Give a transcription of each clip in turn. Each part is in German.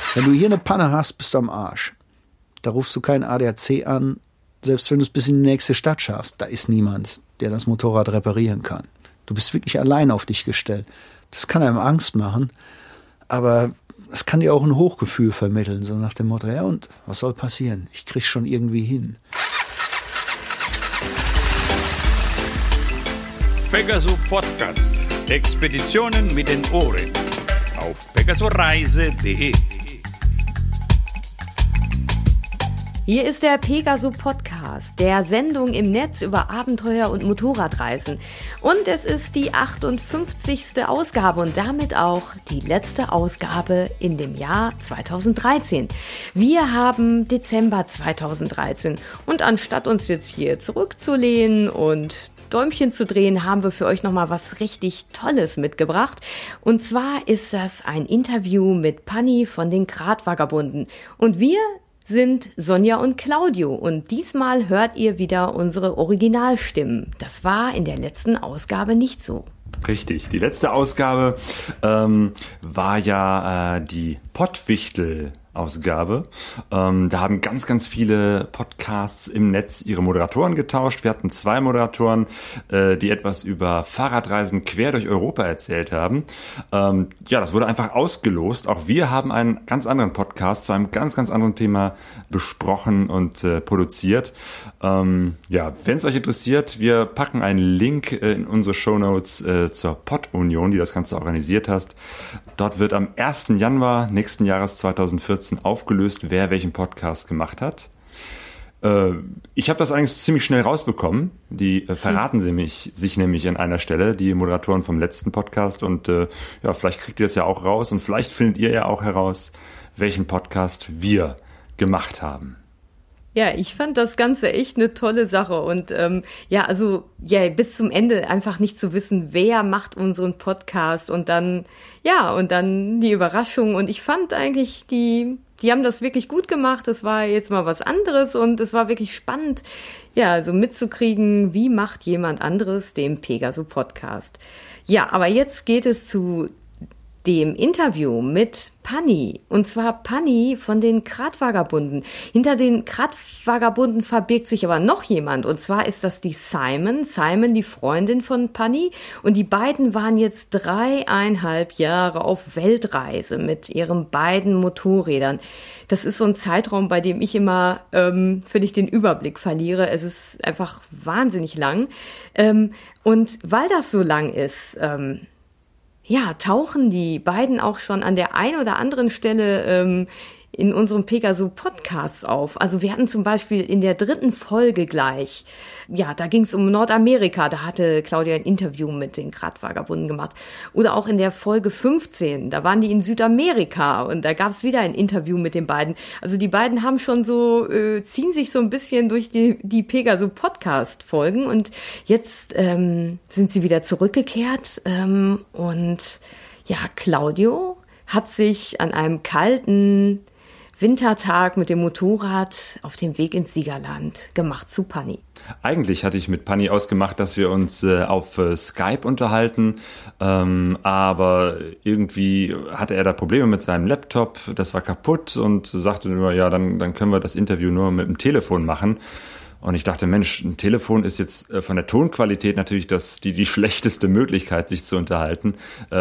Wenn du hier eine Panne hast, bist du am Arsch. Da rufst du keinen ADAC an, selbst wenn du es bis in die nächste Stadt schaffst. Da ist niemand, der das Motorrad reparieren kann. Du bist wirklich allein auf dich gestellt. Das kann einem Angst machen, aber es kann dir auch ein Hochgefühl vermitteln, so nach dem Motto, ja und, was soll passieren? Ich krieg's schon irgendwie hin. Pegaso Podcast. Expeditionen mit den Ohren. Auf pegasoreise.de. Hier ist der Pegaso Podcast, der Sendung im Netz über Abenteuer und Motorradreisen. Und es ist die 58. Ausgabe und damit auch die letzte Ausgabe in dem Jahr 2013. Wir haben Dezember 2013 und anstatt uns jetzt hier zurückzulehnen und Däumchen zu drehen, haben wir für euch nochmal was richtig Tolles mitgebracht. Und zwar ist das ein Interview mit Panni von den Kratvagabunden. Und wir sind Sonja und Claudio und diesmal hört ihr wieder unsere Originalstimmen. Das war in der letzten Ausgabe nicht so. Richtig, die letzte Ausgabe war ja die Pottwichtel-Ausgabe. Da haben ganz, ganz viele Podcasts im Netz ihre Moderatoren getauscht. Wir hatten 2 Moderatoren, die etwas über Fahrradreisen quer durch Europa erzählt haben. Ja, das wurde einfach ausgelost. Auch wir haben einen ganz anderen Podcast zu einem ganz, ganz anderen Thema besprochen und produziert. Ja, wenn es euch interessiert, wir packen einen Link in unsere Shownotes zur Pottunion, die das Ganze organisiert hat. Dort wird am 1. Januar nächsten Jahres 2014 aufgelöst, wer welchen Podcast gemacht hat. Ich habe das eigentlich ziemlich schnell rausbekommen. Die verraten sich nämlich an einer Stelle, die Moderatoren vom letzten Podcast. Und ja, vielleicht kriegt ihr es ja auch raus und vielleicht findet ihr ja auch heraus, welchen Podcast wir gemacht haben. Ja, ich fand das Ganze echt eine tolle Sache und bis zum Ende einfach nicht zu wissen, wer macht unseren Podcast und dann die Überraschung und ich fand eigentlich, die haben das wirklich gut gemacht, das war jetzt mal was anderes und es war wirklich spannend, ja, so mitzukriegen, wie macht jemand anderes den Pegaso Podcast. Ja, aber jetzt geht es zu dem Interview mit Panni, und zwar Panni von den Kratvagabunden. Hinter den Kratvagabunden verbirgt sich aber noch jemand, und zwar ist das die Simon, die Freundin von Panni, und die beiden waren jetzt 3,5 Jahre auf Weltreise mit ihren beiden Motorrädern. Das ist so ein Zeitraum, bei dem ich immer finde ich den Überblick verliere. Es ist einfach wahnsinnig lang. Und weil das so lang ist, tauchen die beiden auch schon an der einen oder anderen Stelle in unserem Pegaso Podcast auf. Also wir hatten zum Beispiel in der 3. Folge gleich, da ging es um Nordamerika, da hatte Claudia ein Interview mit den Kratvagabunden gemacht. Oder auch in der Folge 15, da waren die in Südamerika und da gab es wieder ein Interview mit den beiden. Also die beiden haben schon so, ziehen sich so ein bisschen durch die Pegaso Podcast Folgen und jetzt sind sie wieder zurückgekehrt und Claudio hat sich an einem kalten Wintertag mit dem Motorrad auf dem Weg ins Siegerland gemacht zu Panni. Eigentlich hatte ich mit Panni ausgemacht, dass wir uns auf Skype unterhalten, aber irgendwie hatte er da Probleme mit seinem Laptop, das war kaputt und sagte nur, ja, dann können wir das Interview nur mit dem Telefon machen. Und ich dachte, Mensch, ein Telefon ist jetzt von der Tonqualität natürlich die schlechteste Möglichkeit, sich zu unterhalten.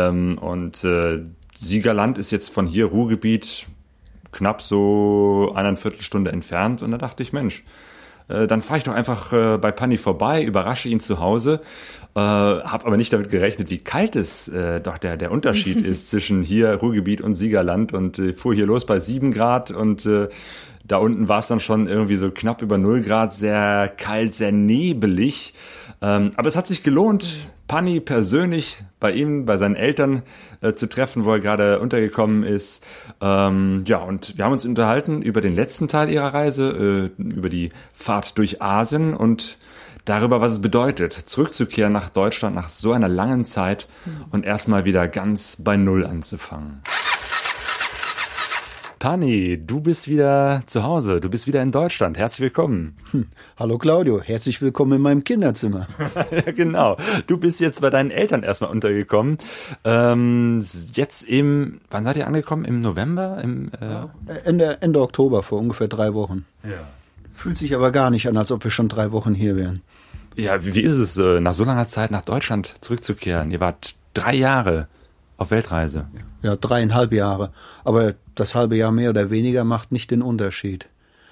Siegerland ist jetzt von hier Ruhrgebiet knapp so 1,25 Stunde entfernt. Und da dachte ich, Mensch, dann fahre ich doch einfach bei Panni vorbei, überrasche ihn zu Hause, habe aber nicht damit gerechnet, wie kalt es doch der Unterschied ist zwischen hier Ruhrgebiet und Siegerland und fuhr hier los bei 7 Grad und da unten war es dann schon irgendwie so knapp über 0 Grad, sehr kalt, sehr nebelig. Aber es hat sich gelohnt, Panni persönlich bei ihm, bei seinen Eltern zu treffen, wo er gerade untergekommen ist. Und wir haben uns unterhalten über den letzten Teil ihrer Reise, über die Fahrt durch Asien und darüber, was es bedeutet, zurückzukehren nach Deutschland nach so einer langen Zeit und erstmal wieder ganz bei Null anzufangen. Pani, du bist wieder zu Hause, du bist wieder in Deutschland. Herzlich willkommen. Hallo Claudio, herzlich willkommen in meinem Kinderzimmer. Ja, genau. Du bist jetzt bei deinen Eltern erstmal untergekommen. Jetzt wann seid ihr angekommen? Im November? Ende Oktober, vor ungefähr 3 Wochen. Ja. Fühlt sich aber gar nicht an, als ob wir schon 3 Wochen hier wären. Ja, wie ist es, nach so langer Zeit nach Deutschland zurückzukehren? Ihr wart 3 Jahre auf Weltreise. Ja, 3,5 Jahre. Aber das halbe Jahr mehr oder weniger macht nicht den Unterschied.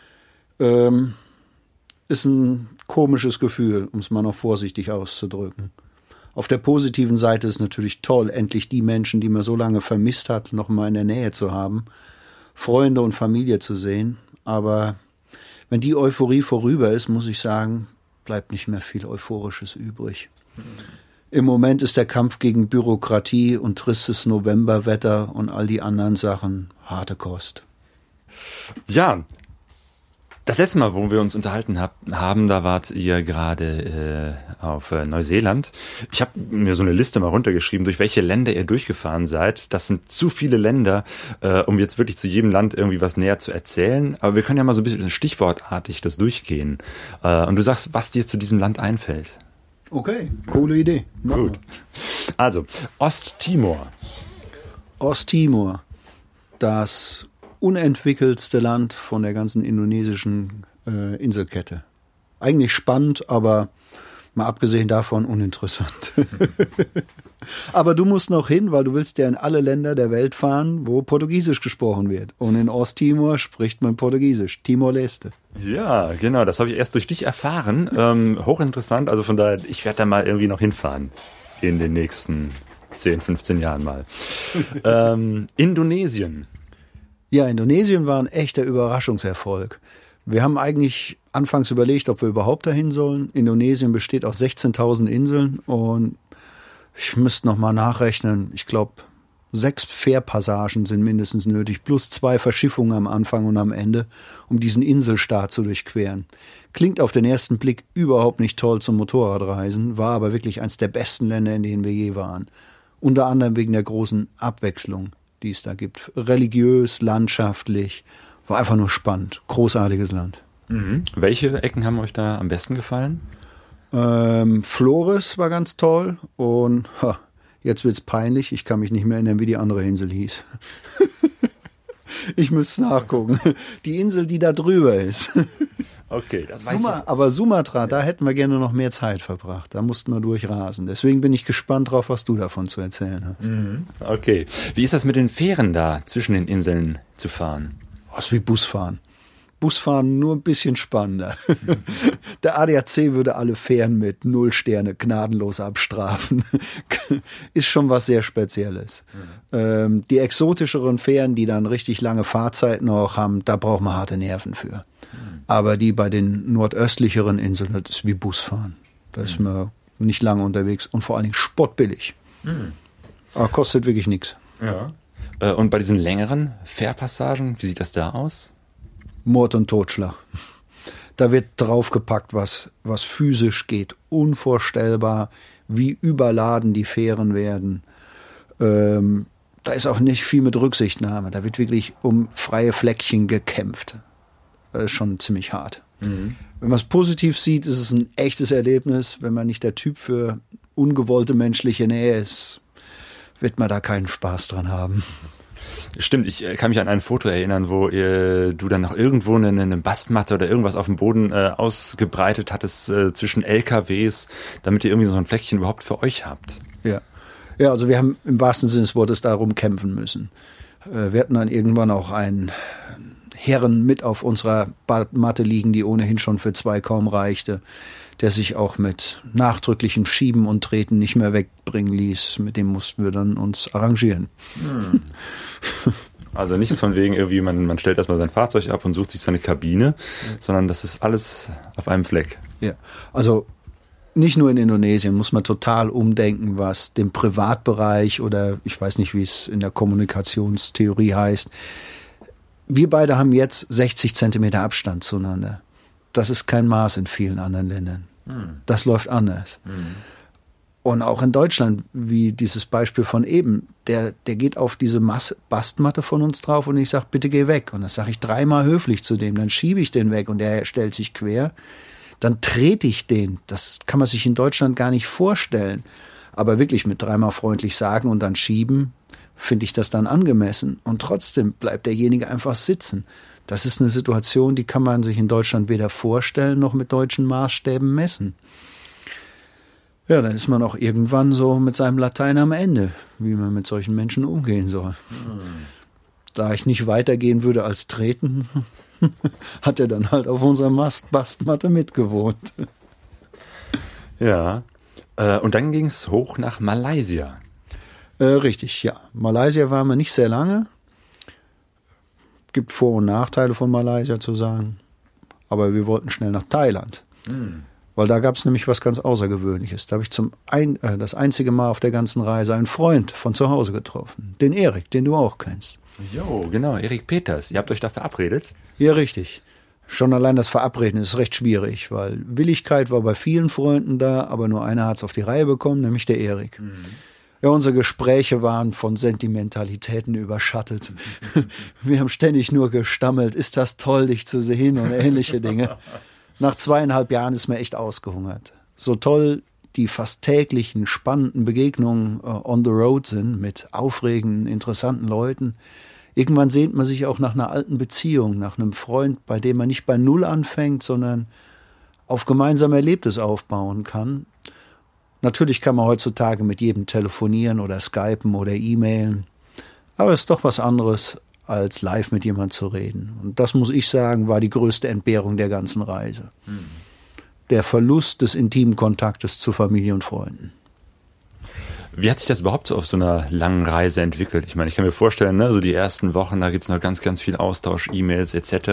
Ist ein komisches Gefühl, um es mal noch vorsichtig auszudrücken. Auf der positiven Seite ist natürlich toll, endlich die Menschen, die man so lange vermisst hat, noch mal in der Nähe zu haben, Freunde und Familie zu sehen. Aber wenn die Euphorie vorüber ist, muss ich sagen, bleibt nicht mehr viel Euphorisches übrig. Im Moment ist der Kampf gegen Bürokratie und tristes Novemberwetter und all die anderen Sachen harte Kost. Ja, das letzte Mal, wo wir uns unterhalten haben, da wart ihr gerade auf Neuseeland. Ich habe mir so eine Liste mal runtergeschrieben, durch welche Länder ihr durchgefahren seid. Das sind zu viele Länder, um jetzt wirklich zu jedem Land irgendwie was näher zu erzählen. Aber wir können ja mal so ein bisschen stichwortartig das durchgehen. Und du sagst, was dir zu diesem Land einfällt. Okay, coole Idee. Gut. Also, Osttimor. Osttimor, das unentwickelste Land von der ganzen indonesischen Inselkette. Eigentlich spannend, aber mal abgesehen davon uninteressant. Aber du musst noch hin, weil du willst ja in alle Länder der Welt fahren, wo Portugiesisch gesprochen wird. Und in Osttimor spricht man Portugiesisch, Timor-Leste. Ja, genau, das habe ich erst durch dich erfahren. Hochinteressant, also von daher, ich werde da mal irgendwie noch hinfahren in den nächsten 10, 15 Jahren mal. Indonesien. Ja, Indonesien war ein echter Überraschungserfolg. Wir haben eigentlich anfangs überlegt, ob wir überhaupt dahin sollen. Indonesien besteht aus 16.000 Inseln und ich müsste noch mal nachrechnen. Ich glaube, 6 Fährpassagen sind mindestens nötig, plus 2 Verschiffungen am Anfang und am Ende, um diesen Inselstaat zu durchqueren. Klingt auf den ersten Blick überhaupt nicht toll zum Motorradreisen, war aber wirklich eines der besten Länder, in denen wir je waren. Unter anderem wegen der großen Abwechslung, die es da gibt. Religiös, landschaftlich, war einfach nur spannend. Großartiges Land. Mhm. Welche Ecken haben euch da am besten gefallen? Flores war ganz toll und jetzt wird's peinlich, ich kann mich nicht mehr erinnern, wie die andere Insel hieß. Ich müsste nachgucken. Die Insel, die da drüber ist. Okay, das Aber Sumatra, da hätten wir gerne noch mehr Zeit verbracht. Da mussten wir durchrasen. Deswegen bin ich gespannt drauf, was du davon zu erzählen hast. Mhm. Okay. Wie ist das mit den Fähren da zwischen den Inseln zu fahren? Was wie Busfahren. Busfahren nur ein bisschen spannender. Der ADAC würde alle Fähren mit 0 Sterne gnadenlos abstrafen. Ist schon was sehr Spezielles. Die exotischeren Fähren, die dann richtig lange Fahrzeiten auch haben, da braucht man harte Nerven für. Aber die bei den nordöstlicheren Inseln, das ist wie Busfahren. Da ist man nicht lange unterwegs und vor allen Dingen spottbillig. Aber kostet wirklich nichts. Ja. Und bei diesen längeren Fährpassagen, wie sieht das da aus? Mord und Totschlag. Da wird draufgepackt, was physisch geht. Unvorstellbar, wie überladen die Fähren werden. Da ist auch nicht viel mit Rücksichtnahme. Da wird wirklich um freie Fleckchen gekämpft. Das ist schon ziemlich hart. Mhm. Wenn man es positiv sieht, ist es ein echtes Erlebnis. Wenn man nicht der Typ für ungewollte menschliche Nähe ist, wird man da keinen Spaß dran haben. Stimmt, ich kann mich an ein Foto erinnern, wo du dann noch irgendwo eine Bastmatte oder irgendwas auf dem Boden ausgebreitet hattest zwischen LKWs, damit ihr irgendwie so ein Fleckchen überhaupt für euch habt. Ja, also wir haben im wahrsten Sinne des Wortes darum kämpfen müssen. Wir hatten dann irgendwann auch einen Herren mit auf unserer Matte liegen, die ohnehin schon für 2 kaum reichte, der sich auch mit nachdrücklichem Schieben und Treten nicht mehr wegbringen ließ. Mit dem mussten wir dann uns arrangieren. Also nichts von wegen irgendwie, man stellt erstmal sein Fahrzeug ab und sucht sich seine Kabine, sondern das ist alles auf einem Fleck. Ja, also nicht nur in Indonesien muss man total umdenken, was den Privatbereich oder ich weiß nicht, wie es in der Kommunikationstheorie heißt. Wir beide haben jetzt 60 Zentimeter Abstand zueinander. Das ist kein Maß in vielen anderen Ländern. Das läuft anders. Und auch in Deutschland, wie dieses Beispiel von eben, der geht auf diese Bastmatte von uns drauf und ich sage, bitte geh weg. Und das sage ich 3-mal höflich zu dem, dann schiebe ich den weg und der stellt sich quer. Dann trete ich den. Das kann man sich in Deutschland gar nicht vorstellen. Aber wirklich mit 3-mal freundlich sagen und dann schieben, finde ich das dann angemessen. Und trotzdem bleibt derjenige einfach sitzen. Das ist eine Situation, die kann man sich in Deutschland weder vorstellen noch mit deutschen Maßstäben messen. Ja, dann ist man auch irgendwann so mit seinem Latein am Ende, wie man mit solchen Menschen umgehen soll. Da ich nicht weitergehen würde als treten, hat er dann halt auf unserer Bastmatte mitgewohnt. Ja, und dann ging es hoch nach Malaysia. Richtig, ja. Malaysia waren wir nicht sehr lange. Gibt Vor- und Nachteile von Malaysia zu sagen. Aber wir wollten schnell nach Thailand. Weil da gab es nämlich was ganz Außergewöhnliches. Da habe ich das einzige Mal auf der ganzen Reise einen Freund von zu Hause getroffen. Den Erik, den du auch kennst. Jo, genau, Erik Peters. Ihr habt euch da verabredet? Ja, richtig. Schon allein das Verabreden ist recht schwierig, weil Willigkeit war bei vielen Freunden da, aber nur einer hat es auf die Reihe bekommen, nämlich der Erik. Ja, unsere Gespräche waren von Sentimentalitäten überschattet. Wir haben ständig nur gestammelt, ist das toll, dich zu sehen und ähnliche Dinge. Nach 2,5 Jahren ist mir echt ausgehungert. So toll die fast täglichen spannenden Begegnungen on the road sind mit aufregenden, interessanten Leuten. Irgendwann sehnt man sich auch nach einer alten Beziehung, nach einem Freund, bei dem man nicht bei Null anfängt, sondern auf gemeinsam Erlebtes aufbauen kann. Natürlich kann man heutzutage mit jedem telefonieren oder skypen oder e-mailen, aber es ist doch was anderes, als live mit jemandem zu reden. Und das, muss ich sagen, war die größte Entbehrung der ganzen Reise. Der Verlust des intimen Kontaktes zu Familie und Freunden. Wie hat sich das überhaupt so auf so einer langen Reise entwickelt? Ich meine, ich kann mir vorstellen, ne, so die ersten Wochen, da gibt es noch ganz, ganz viel Austausch, E-Mails etc.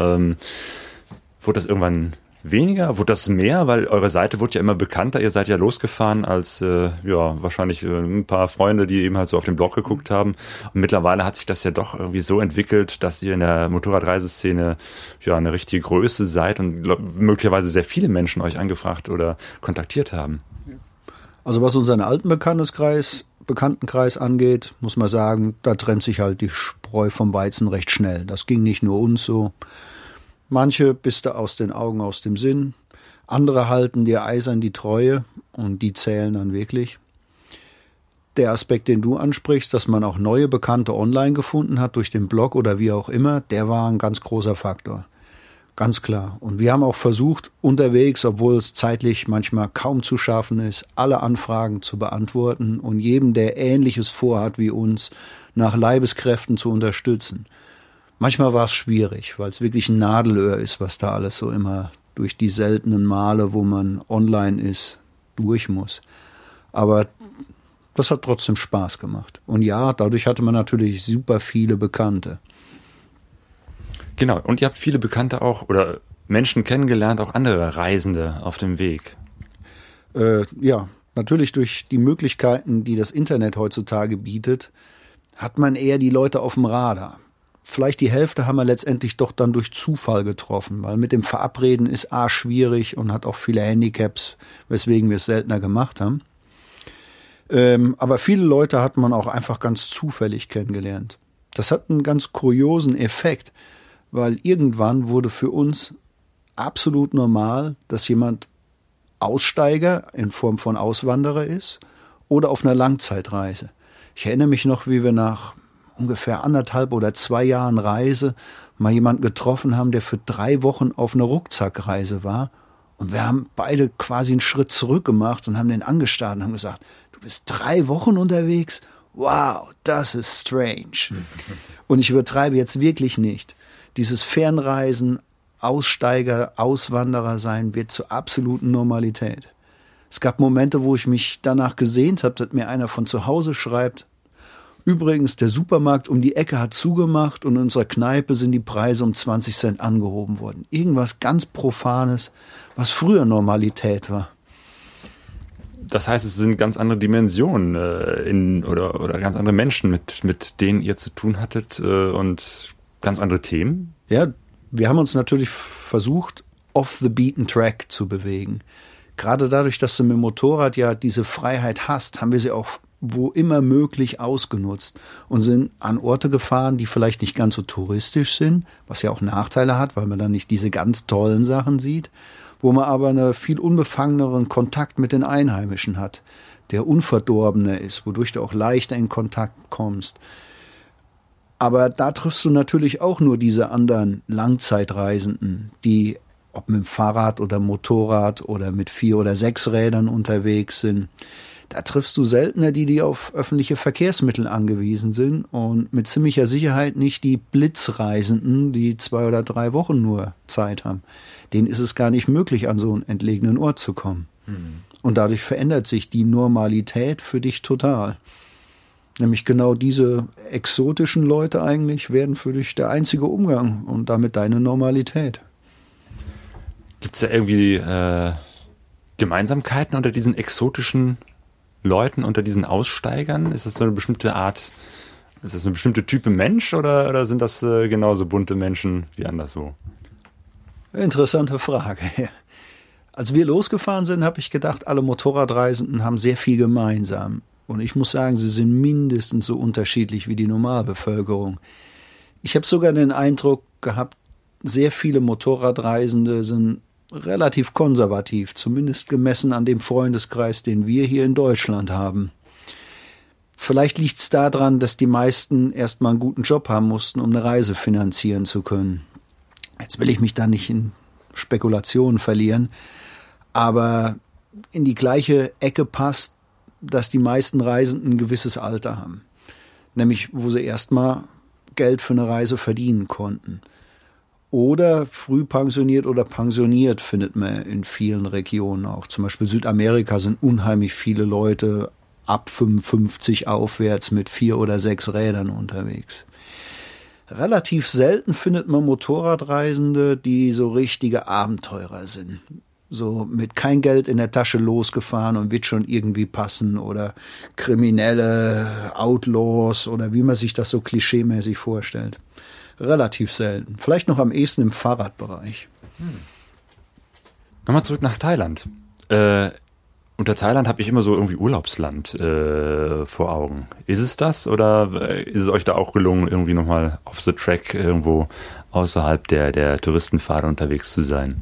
Wurde das irgendwann weniger? Wurde das mehr? Weil eure Seite wurde ja immer bekannter. Ihr seid ja losgefahren als wahrscheinlich ein paar Freunde, die eben halt so auf den Blog geguckt haben. Und mittlerweile hat sich das ja doch irgendwie so entwickelt, dass ihr in der Motorradreiseszene ja eine richtige Größe seid und möglicherweise sehr viele Menschen euch angefragt oder kontaktiert haben. Also was unseren alten Bekanntenkreis angeht, muss man sagen, da trennt sich halt die Spreu vom Weizen recht schnell. Das ging nicht nur uns so. Manche bist du aus den Augen, aus dem Sinn. Andere halten dir eisern die Treue und die zählen dann wirklich. Der Aspekt, den du ansprichst, dass man auch neue Bekannte online gefunden hat durch den Blog oder wie auch immer, der war ein ganz großer Faktor. Ganz klar. Und wir haben auch versucht, unterwegs, obwohl es zeitlich manchmal kaum zu schaffen ist, alle Anfragen zu beantworten und jedem, der Ähnliches vorhat wie uns, nach Leibeskräften zu unterstützen. Manchmal war es schwierig, weil es wirklich ein Nadelöhr ist, was da alles so immer durch die seltenen Male, wo man online ist, durch muss. Aber das hat trotzdem Spaß gemacht. Und ja, dadurch hatte man natürlich super viele Bekannte. Genau, und ihr habt viele Bekannte auch oder Menschen kennengelernt, auch andere Reisende auf dem Weg. Ja, natürlich durch die Möglichkeiten, die das Internet heutzutage bietet, hat man eher die Leute auf dem Radar. Vielleicht die Hälfte haben wir letztendlich doch dann durch Zufall getroffen, weil mit dem Verabreden ist A schwierig und hat auch viele Handicaps, weswegen wir es seltener gemacht haben. Aber viele Leute hat man auch einfach ganz zufällig kennengelernt. Das hat einen ganz kuriosen Effekt, weil irgendwann wurde für uns absolut normal, dass jemand Aussteiger in Form von Auswanderer ist oder auf einer Langzeitreise. Ich erinnere mich noch, wie wir nach ungefähr 1,5 oder 2 Jahren Reise mal jemanden getroffen haben, der für 3 Wochen auf einer Rucksackreise war. Und wir haben beide quasi einen Schritt zurück gemacht und haben den angestarrt und haben gesagt, du bist 3 Wochen unterwegs? Wow, das ist strange. Und ich übertreibe jetzt wirklich nicht. Dieses Fernreisen, Aussteiger, Auswanderer sein wird zur absoluten Normalität. Es gab Momente, wo ich mich danach gesehnt habe, dass mir einer von zu Hause schreibt, übrigens, der Supermarkt um die Ecke hat zugemacht und in unserer Kneipe sind die Preise um 20 Cent angehoben worden. Irgendwas ganz Profanes, was früher Normalität war. Das heißt, es sind ganz andere Dimensionen oder ganz andere Menschen, mit denen ihr zu tun hattet und ganz andere Themen? Ja, wir haben uns natürlich versucht, off the beaten track zu bewegen. Gerade dadurch, dass du mit dem Motorrad ja diese Freiheit hast, haben wir sie auch wo immer möglich ausgenutzt und sind an Orte gefahren, die vielleicht nicht ganz so touristisch sind, was ja auch Nachteile hat, weil man dann nicht diese ganz tollen Sachen sieht, wo man aber einen viel unbefangeneren Kontakt mit den Einheimischen hat, der unverdorbener ist, wodurch du auch leichter in Kontakt kommst. Aber da triffst du natürlich auch nur diese anderen Langzeitreisenden, die ob mit dem Fahrrad oder Motorrad oder mit 4 oder 6 Rädern unterwegs sind. Da triffst du seltener die auf öffentliche Verkehrsmittel angewiesen sind und mit ziemlicher Sicherheit nicht die Blitzreisenden, die 2 oder 3 Wochen nur Zeit haben. Denen ist es gar nicht möglich, an so einen entlegenen Ort zu kommen. Und dadurch verändert sich die Normalität für dich total. Nämlich genau diese exotischen Leute eigentlich werden für dich der einzige Umgang und damit deine Normalität. Gibt es da irgendwie Gemeinsamkeiten unter diesen exotischen Leuten, unter diesen Aussteigern? Ist das so eine bestimmte Art, ist das eine bestimmte Type Mensch oder sind das genauso bunte Menschen wie anderswo? Interessante Frage. Als wir losgefahren sind, habe ich gedacht, alle Motorradreisenden haben sehr viel gemeinsam. Und ich muss sagen, sie sind mindestens so unterschiedlich wie die Normalbevölkerung. Ich habe sogar den Eindruck gehabt, sehr viele Motorradreisende sind relativ konservativ, zumindest gemessen an dem Freundeskreis, den wir hier in Deutschland haben. Vielleicht liegt es daran, dass die meisten erstmal einen guten Job haben mussten, um eine Reise finanzieren zu können. Jetzt will ich mich da nicht in Spekulationen verlieren, aber in die gleiche Ecke passt, dass die meisten Reisenden ein gewisses Alter haben. Nämlich, wo sie erstmal Geld für eine Reise verdienen konnten. Oder früh pensioniert oder pensioniert findet man in vielen Regionen auch. Zum Beispiel Südamerika sind unheimlich viele Leute ab 55 aufwärts mit 4 oder 6 Rädern unterwegs. Relativ selten findet man Motorradreisende, die so richtige Abenteurer sind. So mit kein Geld in der Tasche losgefahren und wird schon irgendwie passen oder kriminelle Outlaws oder wie man sich das so klischeemäßig vorstellt. Relativ selten. Vielleicht noch am ehesten im Fahrradbereich. Nochmal zurück nach Thailand. Unter Thailand habe ich immer so irgendwie Urlaubsland vor Augen. Ist es das oder ist es euch da auch gelungen, irgendwie nochmal off the track irgendwo außerhalb der Touristenpfade unterwegs zu sein?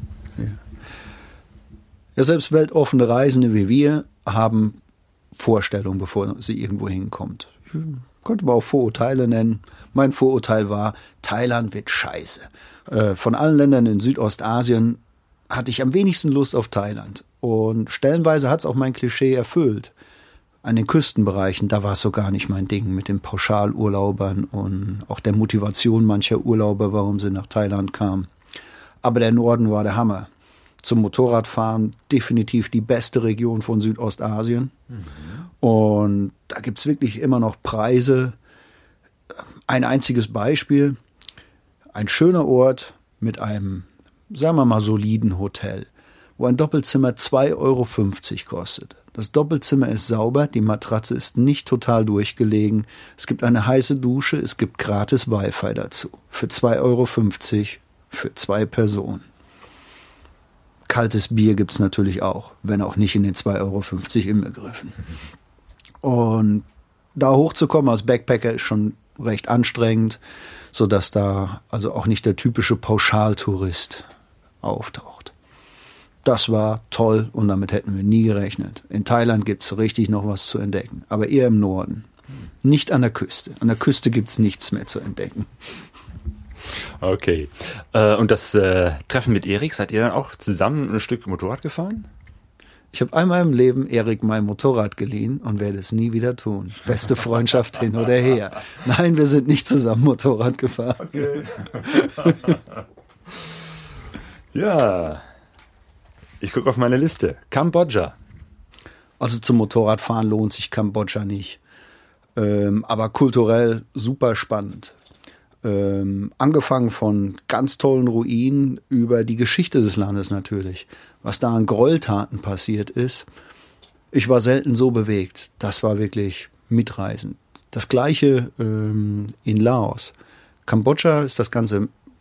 Ja, selbst weltoffene Reisende wie wir haben Vorstellungen, bevor sie irgendwo hinkommt. Könnte man auch Vorurteile nennen. Mein Vorurteil war, Thailand wird scheiße. Von allen Ländern in Südostasien hatte ich am wenigsten Lust auf Thailand. Und stellenweise hat es auch mein Klischee erfüllt. An den Küstenbereichen, da war es so gar nicht mein Ding mit den Pauschalurlaubern und auch der Motivation mancher Urlauber, warum sie nach Thailand kamen. Aber der Norden war der Hammer. Zum Motorradfahren definitiv die beste Region von Südostasien. Und da gibt es wirklich immer noch Preise. Ein einziges Beispiel, ein schöner Ort mit einem, sagen wir mal, soliden Hotel, wo ein Doppelzimmer 2,50 € kostet. Das Doppelzimmer ist sauber, die Matratze ist nicht total durchgelegen, es gibt eine heiße Dusche, es gibt gratis Wi-Fi dazu. Für 2,50 € für 2 Personen. Kaltes Bier gibt's natürlich auch, wenn auch nicht in den 2,50 € inbegriffen. Und da hochzukommen als Backpacker ist schon recht anstrengend, sodass da also auch nicht der typische Pauschaltourist auftaucht. Das war toll und damit hätten wir nie gerechnet. In Thailand gibt's richtig noch was zu entdecken, aber eher im Norden. Nicht an der Küste. An der Küste gibt's nichts mehr zu entdecken. Okay. Und das Treffen mit Erik, seid ihr dann auch zusammen ein Stück Motorrad gefahren? Ich habe einmal im Leben Erik mein Motorrad geliehen und werde es nie wieder tun. Beste Freundschaft hin oder her. Nein, wir sind nicht zusammen Motorrad gefahren. Okay. Ja. Ich gucke auf meine Liste. Kambodscha. Also zum Motorradfahren lohnt sich Kambodscha nicht. Aber kulturell super spannend. Angefangen von ganz tollen Ruinen über die Geschichte des Landes natürlich. Was da an Gräueltaten passiert ist. Ich war selten so bewegt. Das war wirklich mitreißend. Das Gleiche in Laos. Kambodscha ist das Ganze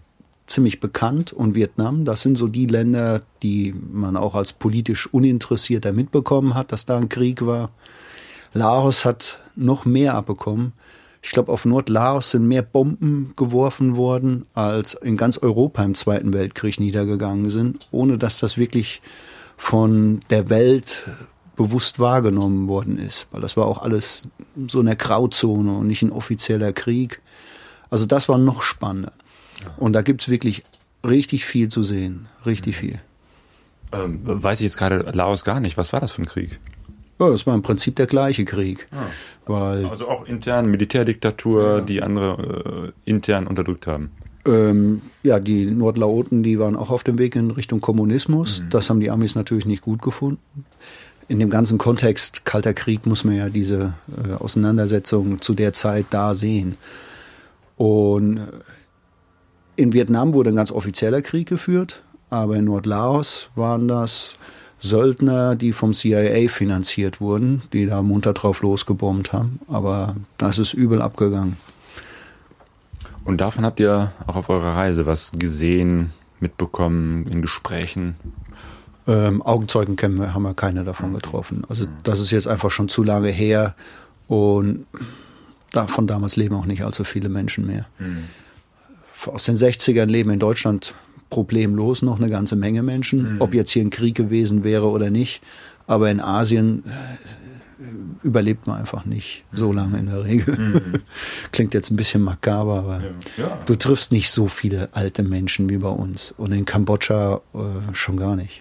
ziemlich bekannt und Vietnam, das sind so die Länder, die man auch als politisch Uninteressierter mitbekommen hat, dass da ein Krieg war. Laos hat noch mehr abbekommen. Ich glaube, auf Nordlaos sind mehr Bomben geworfen worden, als in ganz Europa im Zweiten Weltkrieg niedergegangen sind, ohne dass das wirklich von der Welt bewusst wahrgenommen worden ist. Weil das war auch alles so in der Grauzone und nicht ein offizieller Krieg. Also das war noch spannender. Und da gibt's wirklich richtig viel zu sehen. Richtig viel. Weiß ich jetzt gerade Laos gar nicht. Was war das für ein Krieg? Ja, das war im Prinzip der gleiche Krieg. Weil, also auch intern Militärdiktatur, die andere intern unterdrückt haben. Die Nordlaoten, die waren auch auf dem Weg in Richtung Kommunismus. Das haben die Amis natürlich nicht gut gefunden. In dem ganzen Kontext Kalter Krieg muss man ja diese Auseinandersetzung zu der Zeit da sehen. Und in Vietnam wurde ein ganz offizieller Krieg geführt, aber in Nordlaos waren das Söldner, die vom CIA finanziert wurden, die da munter drauf losgebombt haben. Aber das ist übel abgegangen. Und davon habt ihr auch auf eurer Reise was gesehen, mitbekommen, in Gesprächen? Augenzeugen haben wir keine davon getroffen. Also das ist jetzt einfach schon zu lange her und von damals leben auch nicht allzu viele Menschen mehr. Aus den 60ern leben in Deutschland problemlos noch eine ganze Menge Menschen, ob jetzt hier ein Krieg gewesen wäre oder nicht. Aber in Asien überlebt man einfach nicht so lange in der Regel. Klingt jetzt ein bisschen makaber, aber du triffst nicht so viele alte Menschen wie bei uns. Und in Kambodscha schon gar nicht.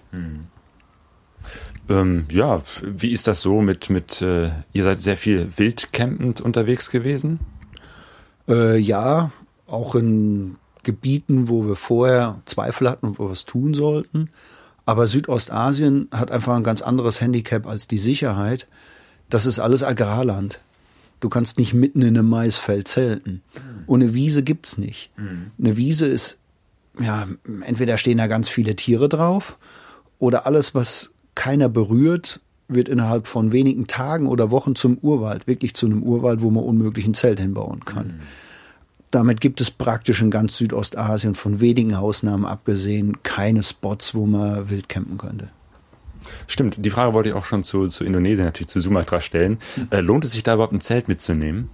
Wie ist das so mit ihr seid sehr viel wildcampend unterwegs gewesen? Ja, auch in Gebieten, wo wir vorher Zweifel hatten, ob wir was tun sollten. Aber Südostasien hat einfach ein ganz anderes Handicap als die Sicherheit. Das ist alles Agrarland. Du kannst nicht mitten in einem Maisfeld zelten. Und eine Wiese gibt's nicht. Eine Wiese ist, entweder stehen da ganz viele Tiere drauf oder alles, was keiner berührt, wird innerhalb von wenigen Tagen oder Wochen zum Urwald. Wirklich zu einem Urwald, wo man unmöglich ein Zelt hinbauen kann. Damit gibt es praktisch in ganz Südostasien, von wenigen Ausnahmen abgesehen, keine Spots, wo man wild campen könnte. Stimmt, die Frage wollte ich auch schon zu Indonesien, natürlich zu Sumatra stellen. Lohnt es sich da überhaupt ein Zelt mitzunehmen?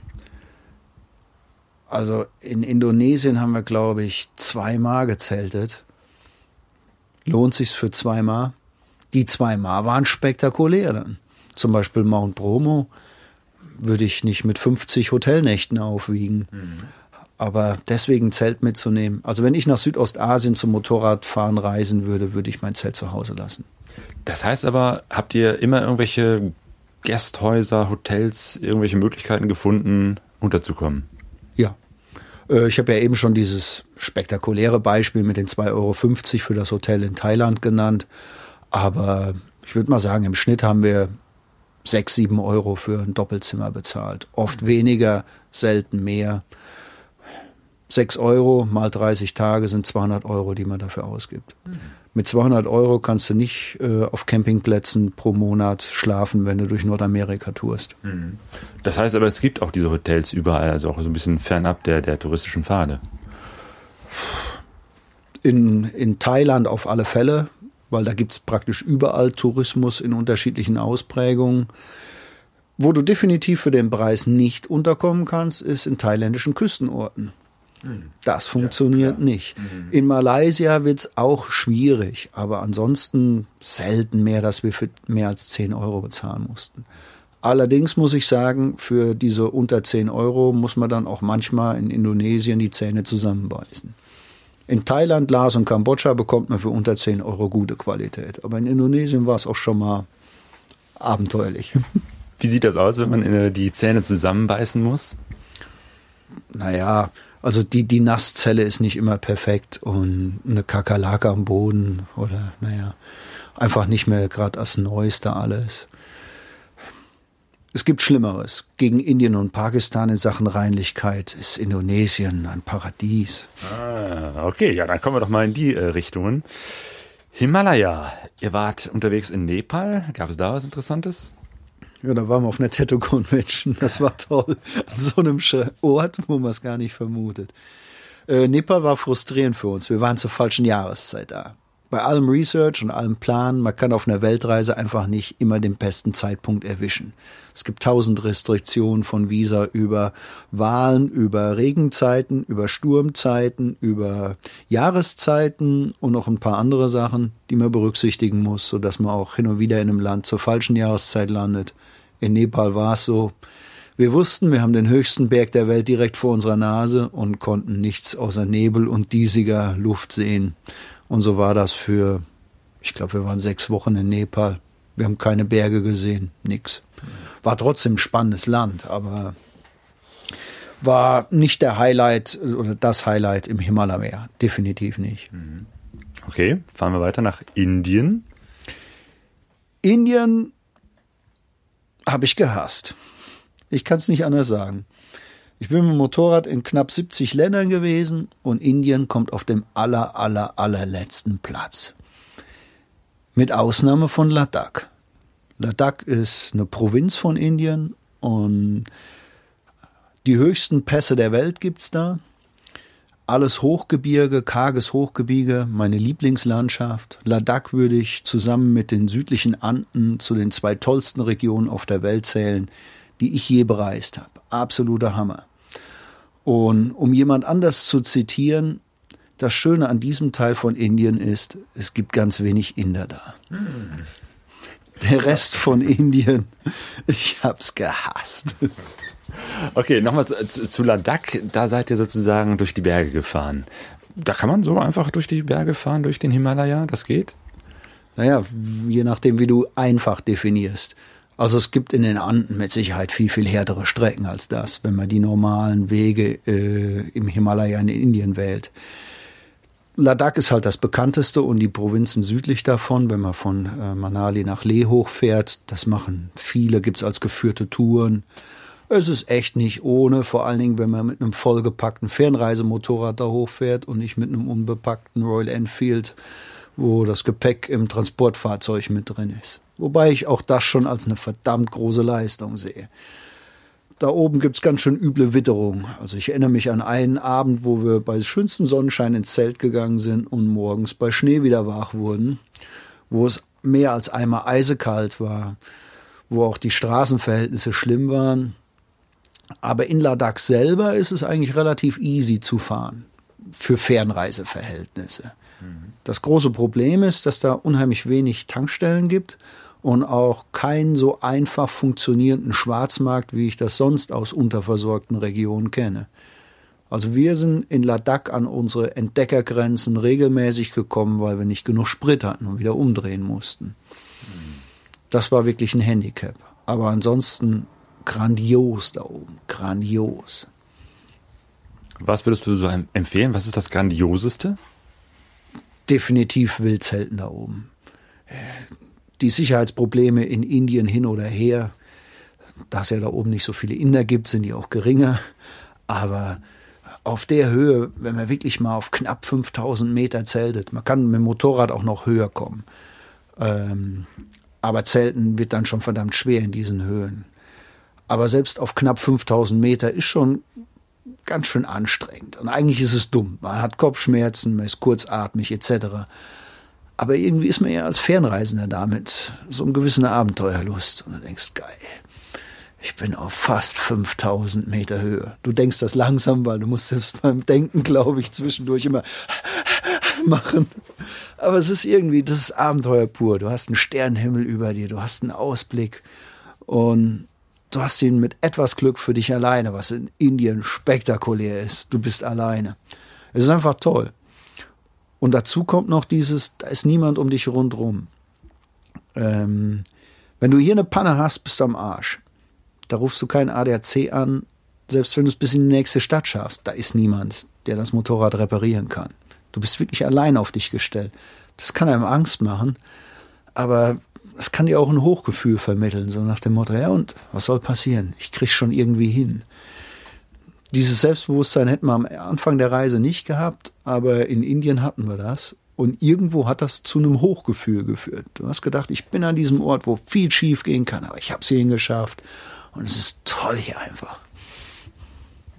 Also in Indonesien haben wir, glaube ich, 2-mal gezeltet. Lohnt sich's für 2-mal? Die 2-mal waren spektakulär dann. Zum Beispiel Mount Bromo würde ich nicht mit 50 Hotelnächten aufwiegen. Aber deswegen ein Zelt mitzunehmen. Also wenn ich nach Südostasien zum Motorradfahren reisen würde, würde ich mein Zelt zu Hause lassen. Das heißt aber, habt ihr immer irgendwelche Gasthäuser, Hotels, irgendwelche Möglichkeiten gefunden, unterzukommen? Ja. Ich habe ja eben schon dieses spektakuläre Beispiel mit den 2,50 Euro für das Hotel in Thailand genannt. Aber ich würde mal sagen, im Schnitt haben wir 6, 7 Euro für ein Doppelzimmer bezahlt. Oft weniger, selten mehr. 6 Euro mal 30 Tage sind 200 Euro, die man dafür ausgibt. Mit 200 Euro kannst du nicht auf Campingplätzen pro Monat schlafen, wenn du durch Nordamerika tourst. Das heißt aber, es gibt auch diese Hotels überall, also auch so ein bisschen fernab der touristischen Pfade. In Thailand auf alle Fälle, weil da gibt es praktisch überall Tourismus in unterschiedlichen Ausprägungen. Wo du definitiv für den Preis nicht unterkommen kannst, ist in thailändischen Küstenorten. Das funktioniert nicht. In Malaysia wird es auch schwierig, aber ansonsten selten mehr, dass wir für mehr als 10 Euro bezahlen mussten. Allerdings muss ich sagen, für diese unter 10 Euro muss man dann auch manchmal in Indonesien die Zähne zusammenbeißen. In Thailand, Laos und Kambodscha bekommt man für unter 10 Euro gute Qualität. Aber in Indonesien war es auch schon mal abenteuerlich. Wie sieht das aus, wenn man die Zähne zusammenbeißen muss? Naja, also die Nasszelle ist nicht immer perfekt und eine Kakerlake am Boden oder einfach nicht mehr gerade das Neueste alles. Es gibt Schlimmeres. Gegen Indien und Pakistan in Sachen Reinlichkeit ist Indonesien ein Paradies. Okay, ja, dann kommen wir doch mal in die Richtungen. Himalaya, ihr wart unterwegs in Nepal. Gab es da was Interessantes? Ja, da waren wir auf einer Tattoo-Convention. Das war toll. An so einem Ort, wo man es gar nicht vermutet. Nepal war frustrierend für uns. Wir waren zur falschen Jahreszeit da. Bei allem Research und allem Plan, man kann auf einer Weltreise einfach nicht immer den besten Zeitpunkt erwischen. Es gibt 1000 Restriktionen von Visa über Wahlen, über Regenzeiten, über Sturmzeiten, über Jahreszeiten und noch ein paar andere Sachen, die man berücksichtigen muss, sodass man auch hin und wieder in einem Land zur falschen Jahreszeit landet. In Nepal war es so. Wir wussten, wir haben den höchsten Berg der Welt direkt vor unserer Nase und konnten nichts außer Nebel und diesiger Luft sehen. Und so war das für, ich glaube, wir waren 6 Wochen in Nepal. Wir haben keine Berge gesehen, nix. War trotzdem ein spannendes Land, aber war nicht der Highlight oder das Highlight im Himalaya. Definitiv nicht. Okay, fahren wir weiter nach Indien. Indien habe ich gehasst. Ich kann es nicht anders sagen. Ich bin mit dem Motorrad in knapp 70 Ländern gewesen und Indien kommt auf dem allerletzten Platz. Mit Ausnahme von Ladakh. Ladakh ist eine Provinz von Indien und die höchsten Pässe der Welt gibt's da. Alles Hochgebirge, karges Hochgebirge, meine Lieblingslandschaft. Ladakh würde ich zusammen mit den südlichen Anden zu den 2 tollsten Regionen auf der Welt zählen, die ich je bereist habe. Absoluter Hammer. Und um jemand anders zu zitieren, das Schöne an diesem Teil von Indien ist, es gibt ganz wenig Inder da. Der Rest von Indien, ich hab's gehasst. Okay, nochmal zu Ladakh, da seid ihr sozusagen durch die Berge gefahren. Da kann man so einfach durch die Berge fahren, durch den Himalaya, das geht? Naja, je nachdem, wie du einfach definierst. Also es gibt in den Anden mit Sicherheit viel härtere Strecken als das, wenn man die normalen Wege im Himalaya in Indien wählt. Ladakh ist halt das bekannteste und die Provinzen südlich davon, wenn man von Manali nach Leh hochfährt, das machen viele, gibt's als geführte Touren. Es ist echt nicht ohne, vor allen Dingen, wenn man mit einem vollgepackten Fernreisemotorrad da hochfährt und nicht mit einem unbepackten Royal Enfield, wo das Gepäck im Transportfahrzeug mit drin ist. Wobei ich auch das schon als eine verdammt große Leistung sehe. Da oben gibt's ganz schön üble Witterung. Also ich erinnere mich an einen Abend, wo wir bei schönstem Sonnenschein ins Zelt gegangen sind und morgens bei Schnee wieder wach wurden, wo es mehr als einmal eisekalt war, wo auch die Straßenverhältnisse schlimm waren. Aber in Ladakh selber ist es eigentlich relativ easy zu fahren für Fernreiseverhältnisse. Das große Problem ist, dass da unheimlich wenig Tankstellen gibt und auch keinen so einfach funktionierenden Schwarzmarkt, wie ich das sonst aus unterversorgten Regionen kenne. Also wir sind in Ladakh an unsere Entdeckergrenzen regelmäßig gekommen, weil wir nicht genug Sprit hatten und wieder umdrehen mussten. Das war wirklich ein Handicap. Aber ansonsten grandios da oben, grandios. Was würdest du so empfehlen? Was ist das Grandioseste? Definitiv Wildzelten da oben. Die Sicherheitsprobleme in Indien hin oder her, da es ja da oben nicht so viele Inder gibt, sind die auch geringer. Aber auf der Höhe, wenn man wirklich mal auf knapp 5000 Meter zeltet, man kann mit dem Motorrad auch noch höher kommen. Aber Zelten wird dann schon verdammt schwer in diesen Höhen. Aber selbst auf knapp 5000 Meter ist schon ganz schön anstrengend. Und eigentlich ist es dumm. Man hat Kopfschmerzen, man ist kurzatmig etc. Aber irgendwie ist man ja als Fernreisender damit so einem gewissen Abenteuerlust. Und du denkst, geil, ich bin auf fast 5000 Meter Höhe. Du denkst das langsam, weil du musst selbst beim Denken, glaube ich, zwischendurch immer machen. Aber es ist irgendwie, das ist Abenteuer pur. Du hast einen Sternenhimmel über dir, du hast einen Ausblick und du hast ihn mit etwas Glück für dich alleine, was in Indien spektakulär ist. Du bist alleine. Es ist einfach toll. Und dazu kommt noch dieses, da ist niemand um dich rundherum. Wenn du hier eine Panne hast, bist du am Arsch. Da rufst du keinen ADAC an, selbst wenn du es bis in die nächste Stadt schaffst. Da ist niemand, der das Motorrad reparieren kann. Du bist wirklich allein auf dich gestellt. Das kann einem Angst machen, aber es kann dir auch ein Hochgefühl vermitteln, so nach dem Motto, ja und, was soll passieren? Ich krieg's schon irgendwie hin. Dieses Selbstbewusstsein hätten wir am Anfang der Reise nicht gehabt, aber in Indien hatten wir das. Und irgendwo hat das zu einem Hochgefühl geführt. Du hast gedacht, ich bin an diesem Ort, wo viel schief gehen kann, aber ich habe es hierhin geschafft. Und es ist toll hier einfach.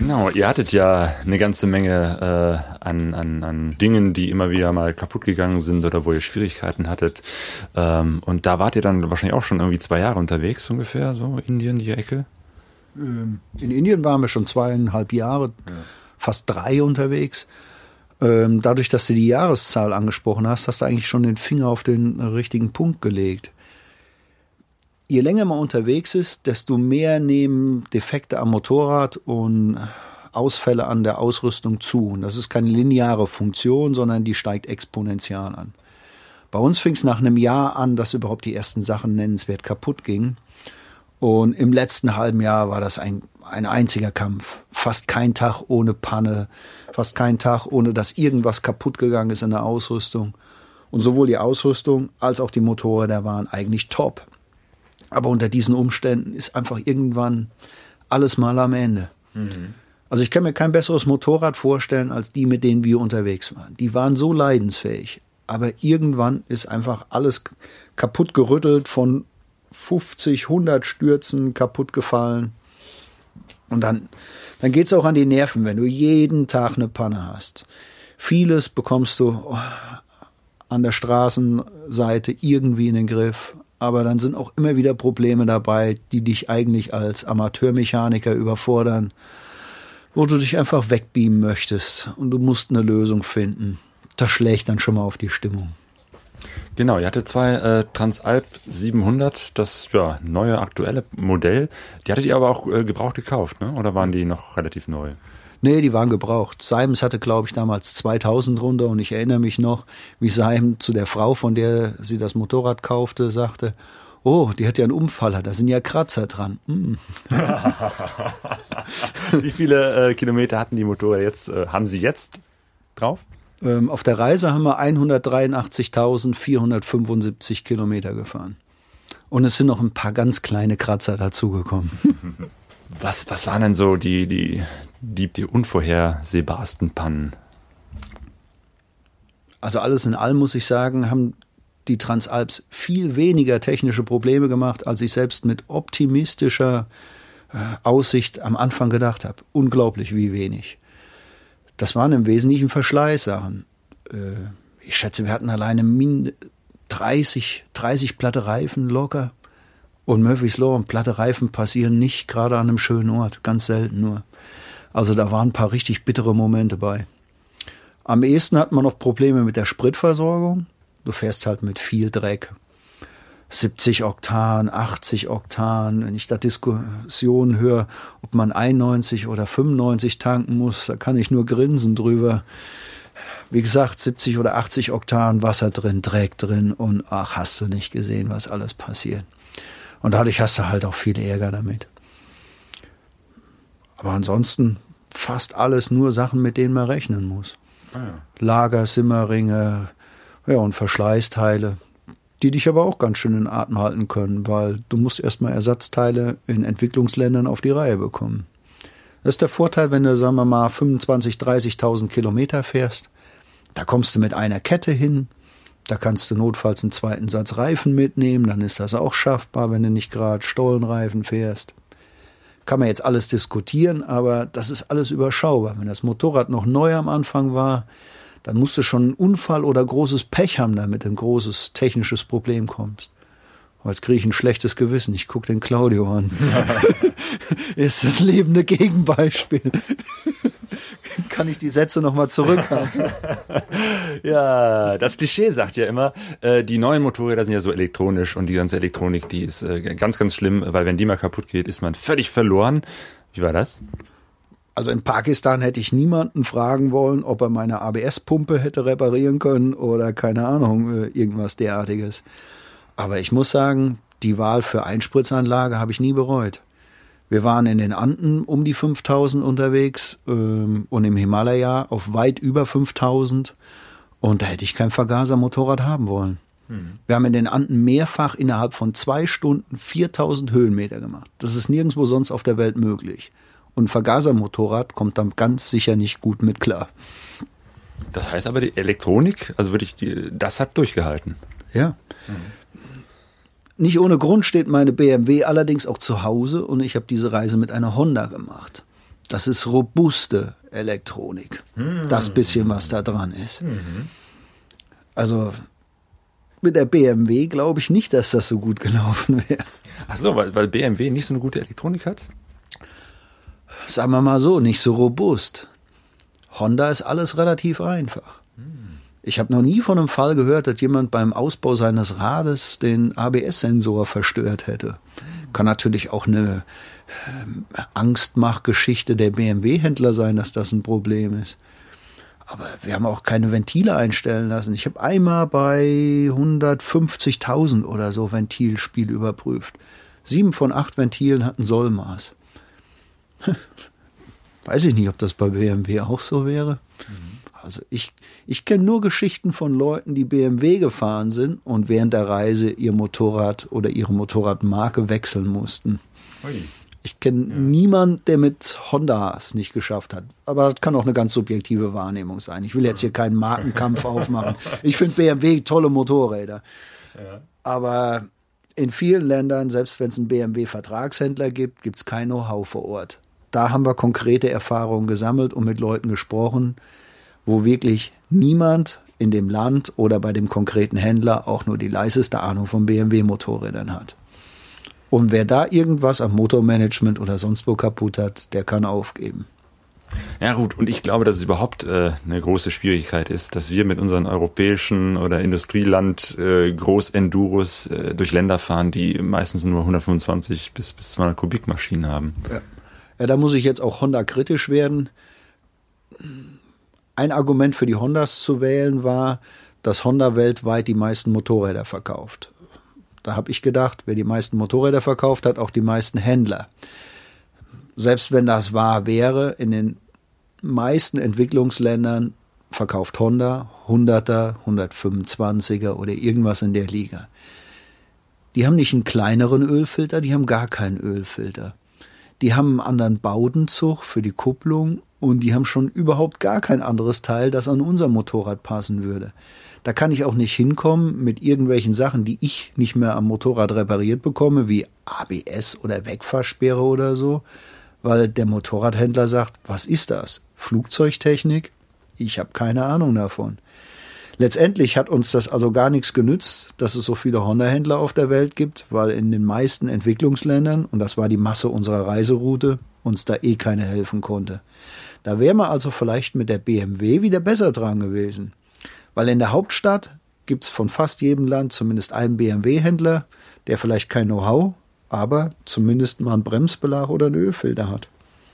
Genau, ihr hattet ja eine ganze Menge an Dingen, die immer wieder mal kaputt gegangen sind oder wo ihr Schwierigkeiten hattet. Und da wart ihr dann wahrscheinlich auch schon irgendwie 2 Jahre unterwegs ungefähr, so Indien, die Ecke? In Indien waren wir schon 2,5 Jahre, fast 3 unterwegs. Dadurch, dass du die Jahreszahl angesprochen hast, hast du eigentlich schon den Finger auf den richtigen Punkt gelegt. Je länger man unterwegs ist, desto mehr nehmen Defekte am Motorrad und Ausfälle an der Ausrüstung zu. Und das ist keine lineare Funktion, sondern die steigt exponentiell an. Bei uns fing es nach einem Jahr an, dass überhaupt die ersten Sachen nennenswert kaputt gingen. Und im letzten halben Jahr war das ein einziger Kampf. Fast kein Tag ohne Panne, fast kein Tag ohne, dass irgendwas kaputt gegangen ist in der Ausrüstung. Und sowohl die Ausrüstung als auch die Motorräder waren eigentlich top. Aber unter diesen Umständen ist einfach irgendwann alles mal am Ende. Mhm. Also ich kann mir kein besseres Motorrad vorstellen, als die, mit denen wir unterwegs waren. Die waren so leidensfähig. Aber irgendwann ist einfach alles kaputt gerüttelt, von 50, 100 Stürzen kaputt gefallen. Und dann geht's auch an die Nerven, wenn du jeden Tag eine Panne hast. Vieles bekommst du an der Straßenseite irgendwie in den Griff. Aber dann sind auch immer wieder Probleme dabei, die dich eigentlich als Amateurmechaniker überfordern, wo du dich einfach wegbeamen möchtest und du musst eine Lösung finden. Das schlägt dann schon mal auf die Stimmung. Genau, ihr hattet 2 Transalp 700, das neue aktuelle Modell. Die hattet ihr aber auch gebraucht gekauft, ne? Oder waren die noch relativ neu? Nee, die waren gebraucht. Simons hatte, glaube ich, damals 2000 runter und ich erinnere mich noch, wie Simon zu der Frau, von der sie das Motorrad kaufte, sagte, oh, die hat ja einen Umfaller, da sind ja Kratzer dran. Wie viele Kilometer hatten die Motorräder jetzt, haben sie jetzt drauf? Auf der Reise haben wir 183.475 Kilometer gefahren. Und es sind noch ein paar ganz kleine Kratzer dazugekommen. Was waren denn so die unvorhersehbarsten Pannen? Also alles in allem, muss ich sagen, haben die Transalps viel weniger technische Probleme gemacht, als ich selbst mit optimistischer Aussicht am Anfang gedacht habe. Unglaublich, wie wenig. Das waren im Wesentlichen Verschleißsachen. Ich schätze, wir hatten alleine 30 platte Reifen locker. Und Murphy's Law und platte Reifen passieren nicht gerade an einem schönen Ort, ganz selten nur. Also da waren ein paar richtig bittere Momente bei. Am ehesten hat man noch Probleme mit der Spritversorgung. Du fährst halt mit viel Dreck. 70 Oktan, 80 Oktan. Wenn ich da Diskussionen höre, ob man 91 oder 95 tanken muss, da kann ich nur grinsen drüber. Wie gesagt, 70 oder 80 Oktan, Wasser drin, Dreck drin und ach, hast du nicht gesehen, was alles passiert. Und dadurch hast du halt auch viel Ärger damit. Aber ansonsten fast alles nur Sachen, mit denen man rechnen muss. Ah ja. Lager, Simmerringe, und Verschleißteile, die dich aber auch ganz schön in Atem halten können, weil du musst erstmal Ersatzteile in Entwicklungsländern auf die Reihe bekommen. Das ist der Vorteil, wenn du, sagen wir mal, 25.000, 30.000 Kilometer fährst. Da kommst du mit einer Kette hin. Da kannst du notfalls einen zweiten Satz Reifen mitnehmen, dann ist das auch schaffbar, wenn du nicht gerade Stollenreifen fährst. Kann man jetzt alles diskutieren, aber das ist alles überschaubar. Wenn das Motorrad noch neu am Anfang war, dann musst du schon einen Unfall oder großes Pech haben, damit du ein großes technisches Problem kommst. Jetzt kriege ich ein schlechtes Gewissen. Ich gucke den Claudio an. Er ist das lebende Gegenbeispiel. Kann ich die Sätze nochmal zurückhalten? Ja, das Klischee sagt ja immer, die neuen Motorräder sind ja so elektronisch und die ganze Elektronik, die ist ganz, ganz schlimm, weil wenn die mal kaputt geht, ist man völlig verloren. Wie war das? Also in Pakistan hätte ich niemanden fragen wollen, ob er meine ABS-Pumpe hätte reparieren können oder keine Ahnung, irgendwas derartiges. Aber ich muss sagen, die Wahl für Einspritzanlage habe ich nie bereut. Wir waren in den Anden um die 5.000 unterwegs und im Himalaya auf weit über 5.000 und da hätte ich kein Vergasermotorrad haben wollen. Wir haben in den Anden mehrfach innerhalb von 2 Stunden 4.000 Höhenmeter gemacht. Das ist nirgendwo sonst auf der Welt möglich. Und ein Vergasermotorrad kommt dann ganz sicher nicht gut mit klar. Das heißt aber, die Elektronik, also wirklich, das hat durchgehalten. Ja. Nicht ohne Grund steht meine BMW allerdings auch zu Hause und ich habe diese Reise mit einer Honda gemacht. Das ist robuste Elektronik. Das bisschen, was da dran ist. Also mit der BMW glaube ich nicht, dass das so gut gelaufen wäre. Ach so, weil BMW nicht so eine gute Elektronik hat? Sagen wir mal so, nicht so robust. Honda ist alles relativ einfach. Ich habe noch nie von einem Fall gehört, dass jemand beim Ausbau seines Rades den ABS-Sensor verstört hätte. Kann natürlich auch eine Angstmachgeschichte der BMW-Händler sein, dass das ein Problem ist. Aber wir haben auch keine Ventile einstellen lassen. Ich habe einmal bei 150.000 oder so Ventilspiel überprüft. 7 von 8 Ventilen hatten Sollmaß. Weiß ich nicht, ob das bei BMW auch so wäre. Also ich kenne nur Geschichten von Leuten, die BMW gefahren sind und während der Reise ihr Motorrad oder ihre Motorradmarke wechseln mussten. Ui. Ich kenne niemanden, der mit Honda es nicht geschafft hat. Aber das kann auch eine ganz subjektive Wahrnehmung sein. Ich will jetzt hier keinen Markenkampf aufmachen. Ich finde BMW tolle Motorräder. Ja. Aber in vielen Ländern, selbst wenn es einen BMW-Vertragshändler gibt, gibt es kein Know-how vor Ort. Da haben wir konkrete Erfahrungen gesammelt und mit Leuten gesprochen, wo wirklich niemand in dem Land oder bei dem konkreten Händler auch nur die leiseste Ahnung von BMW-Motorrädern hat. Und wer da irgendwas am Motormanagement oder sonst wo kaputt hat, der kann aufgeben. Ja gut, und ich glaube, dass es überhaupt eine große Schwierigkeit ist, dass wir mit unseren europäischen oder Industrieland Groß-Enduros durch Länder fahren, die meistens nur 125 bis 200 Kubikmaschinen haben. Ja, da muss ich jetzt auch Honda kritisch werden. Ein Argument für die Hondas zu wählen war, dass Honda weltweit die meisten Motorräder verkauft. Da habe ich gedacht, wer die meisten Motorräder verkauft, hat auch die meisten Händler. Selbst wenn das wahr wäre, in den meisten Entwicklungsländern verkauft Honda 100er, 125er oder irgendwas in der Liga. Die haben nicht einen kleineren Ölfilter, die haben gar keinen Ölfilter. Die haben einen anderen Baudenzug für die Kupplung und die haben schon überhaupt gar kein anderes Teil, das an unser Motorrad passen würde. Da kann ich auch nicht hinkommen mit irgendwelchen Sachen, die ich nicht mehr am Motorrad repariert bekomme, wie ABS oder Wegfahrsperre oder so, weil der Motorradhändler sagt, was ist das? Flugzeugtechnik? Ich habe keine Ahnung davon. Letztendlich hat uns das also gar nichts genützt, dass es so viele Honda-Händler auf der Welt gibt, weil in den meisten Entwicklungsländern, und das war die Masse unserer Reiseroute, uns da eh keine helfen konnte. Da wären wir also vielleicht mit der BMW wieder besser dran gewesen. Weil in der Hauptstadt gibt es von fast jedem Land zumindest einen BMW-Händler, der vielleicht kein Know-how, aber zumindest mal einen Bremsbelag oder einen Ölfilter hat.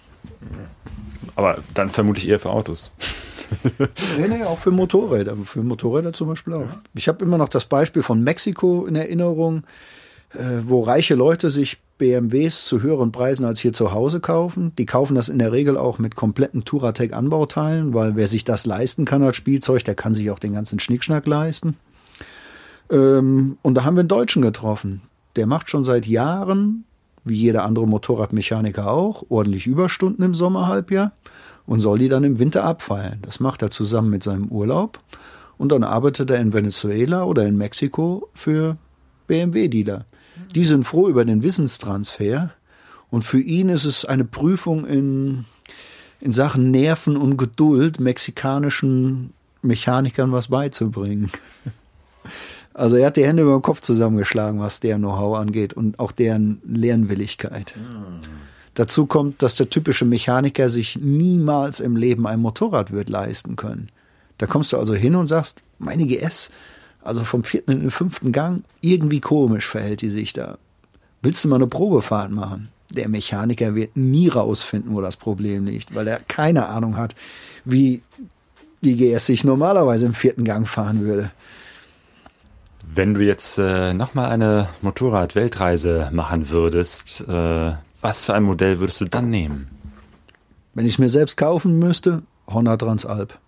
Aber dann vermutlich eher für Autos. Nee, auch für Motorräder. Für Motorräder zum Beispiel auch. Ja. Ich habe immer noch das Beispiel von Mexiko in Erinnerung, wo reiche Leute sich BMWs zu höheren Preisen als hier zu Hause kaufen. Die kaufen das in der Regel auch mit kompletten Touratec-Anbauteilen, weil wer sich das leisten kann als Spielzeug, der kann sich auch den ganzen Schnickschnack leisten. Und da haben wir einen Deutschen getroffen. Der macht schon seit Jahren, wie jeder andere Motorradmechaniker auch, ordentlich Überstunden im Sommerhalbjahr und soll die dann im Winter abfeiern. Das macht er zusammen mit seinem Urlaub und dann arbeitet er in Venezuela oder in Mexiko für BMW-Dealer. Die sind froh über den Wissenstransfer und für ihn ist es eine Prüfung in Sachen Nerven und Geduld, mexikanischen Mechanikern was beizubringen. Also er hat die Hände über den Kopf zusammengeschlagen, was deren Know-how angeht und auch deren Lernwilligkeit. Dazu kommt, dass der typische Mechaniker sich niemals im Leben ein Motorrad wird leisten können. Da kommst du also hin und sagst, meine GS, also vom 4. in den 5. Gang, irgendwie komisch verhält die sich da. Willst du mal eine Probefahrt machen? Der Mechaniker wird nie rausfinden, wo das Problem liegt, weil er keine Ahnung hat, wie die GS sich normalerweise im 4. Gang fahren würde. Wenn du jetzt nochmal eine Motorrad-Weltreise machen würdest, was für ein Modell würdest du dann nehmen? Wenn ich es mir selbst kaufen müsste, Honda Transalp.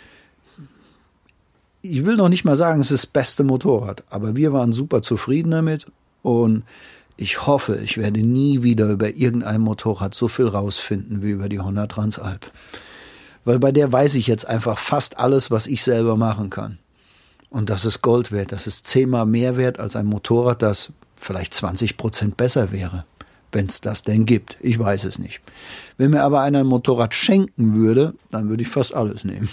Ich will noch nicht mal sagen, es ist das beste Motorrad, aber wir waren super zufrieden damit und ich hoffe, ich werde nie wieder über irgendein Motorrad so viel rausfinden wie über die Honda Transalp. Weil bei der weiß ich jetzt einfach fast alles, was ich selber machen kann. Und das ist Gold wert, das ist 10-mal mehr wert als ein Motorrad, das vielleicht 20% besser wäre. wenn es das denn gibt. Ich weiß es nicht. Wenn mir aber einer ein Motorrad schenken würde, dann würde ich fast alles nehmen.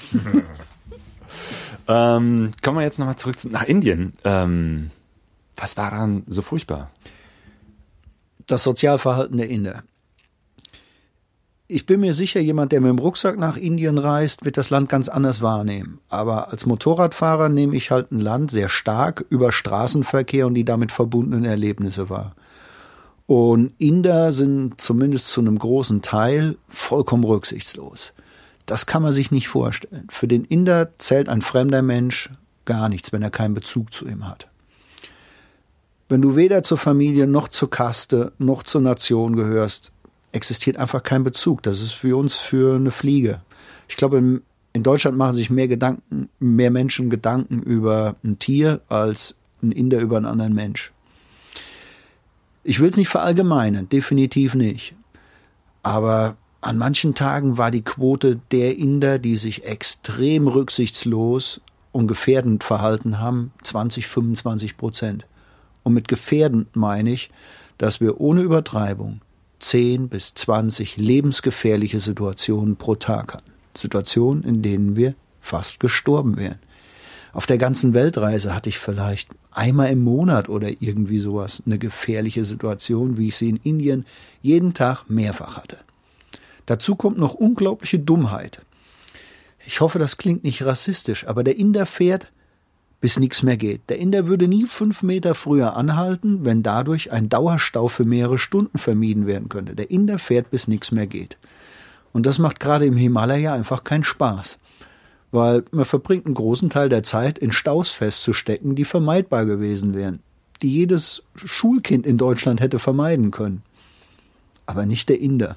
Kommen wir jetzt nochmal zurück nach Indien. Was war daran so furchtbar? Das Sozialverhalten der Inder. Ich bin mir sicher, jemand, der mit dem Rucksack nach Indien reist, wird das Land ganz anders wahrnehmen. Aber als Motorradfahrer nehme ich halt ein Land sehr stark über Straßenverkehr und die damit verbundenen Erlebnisse wahr. Und Inder sind zumindest zu einem großen Teil vollkommen rücksichtslos. Das kann man sich nicht vorstellen. Für den Inder zählt ein fremder Mensch gar nichts, wenn er keinen Bezug zu ihm hat. Wenn du weder zur Familie noch zur Kaste noch zur Nation gehörst, existiert einfach kein Bezug. Das ist für uns für eine Fliege. Ich glaube, in Deutschland machen sich mehr Menschen Gedanken über ein Tier als ein Inder über einen anderen Mensch. Ich will es nicht verallgemeinern, definitiv nicht. Aber an manchen Tagen war die Quote der Inder, die sich extrem rücksichtslos und gefährdend verhalten haben, 20-25%. Und mit gefährdend meine ich, dass wir ohne Übertreibung 10 bis 20 lebensgefährliche Situationen pro Tag hatten. Situationen, in denen wir fast gestorben wären. Auf der ganzen Weltreise hatte ich vielleicht einmal im Monat oder irgendwie sowas eine gefährliche Situation, wie ich sie in Indien jeden Tag mehrfach hatte. Dazu kommt noch unglaubliche Dummheit. Ich hoffe, das klingt nicht rassistisch, aber der Inder fährt, bis nichts mehr geht. Der Inder würde nie 5 Meter früher anhalten, wenn dadurch ein Dauerstau für mehrere Stunden vermieden werden könnte. Der Inder fährt, bis nichts mehr geht. Und das macht gerade im Himalaya einfach keinen Spaß. Weil man verbringt einen großen Teil der Zeit in Staus festzustecken, die vermeidbar gewesen wären. Die jedes Schulkind in Deutschland hätte vermeiden können. Aber nicht der Inder.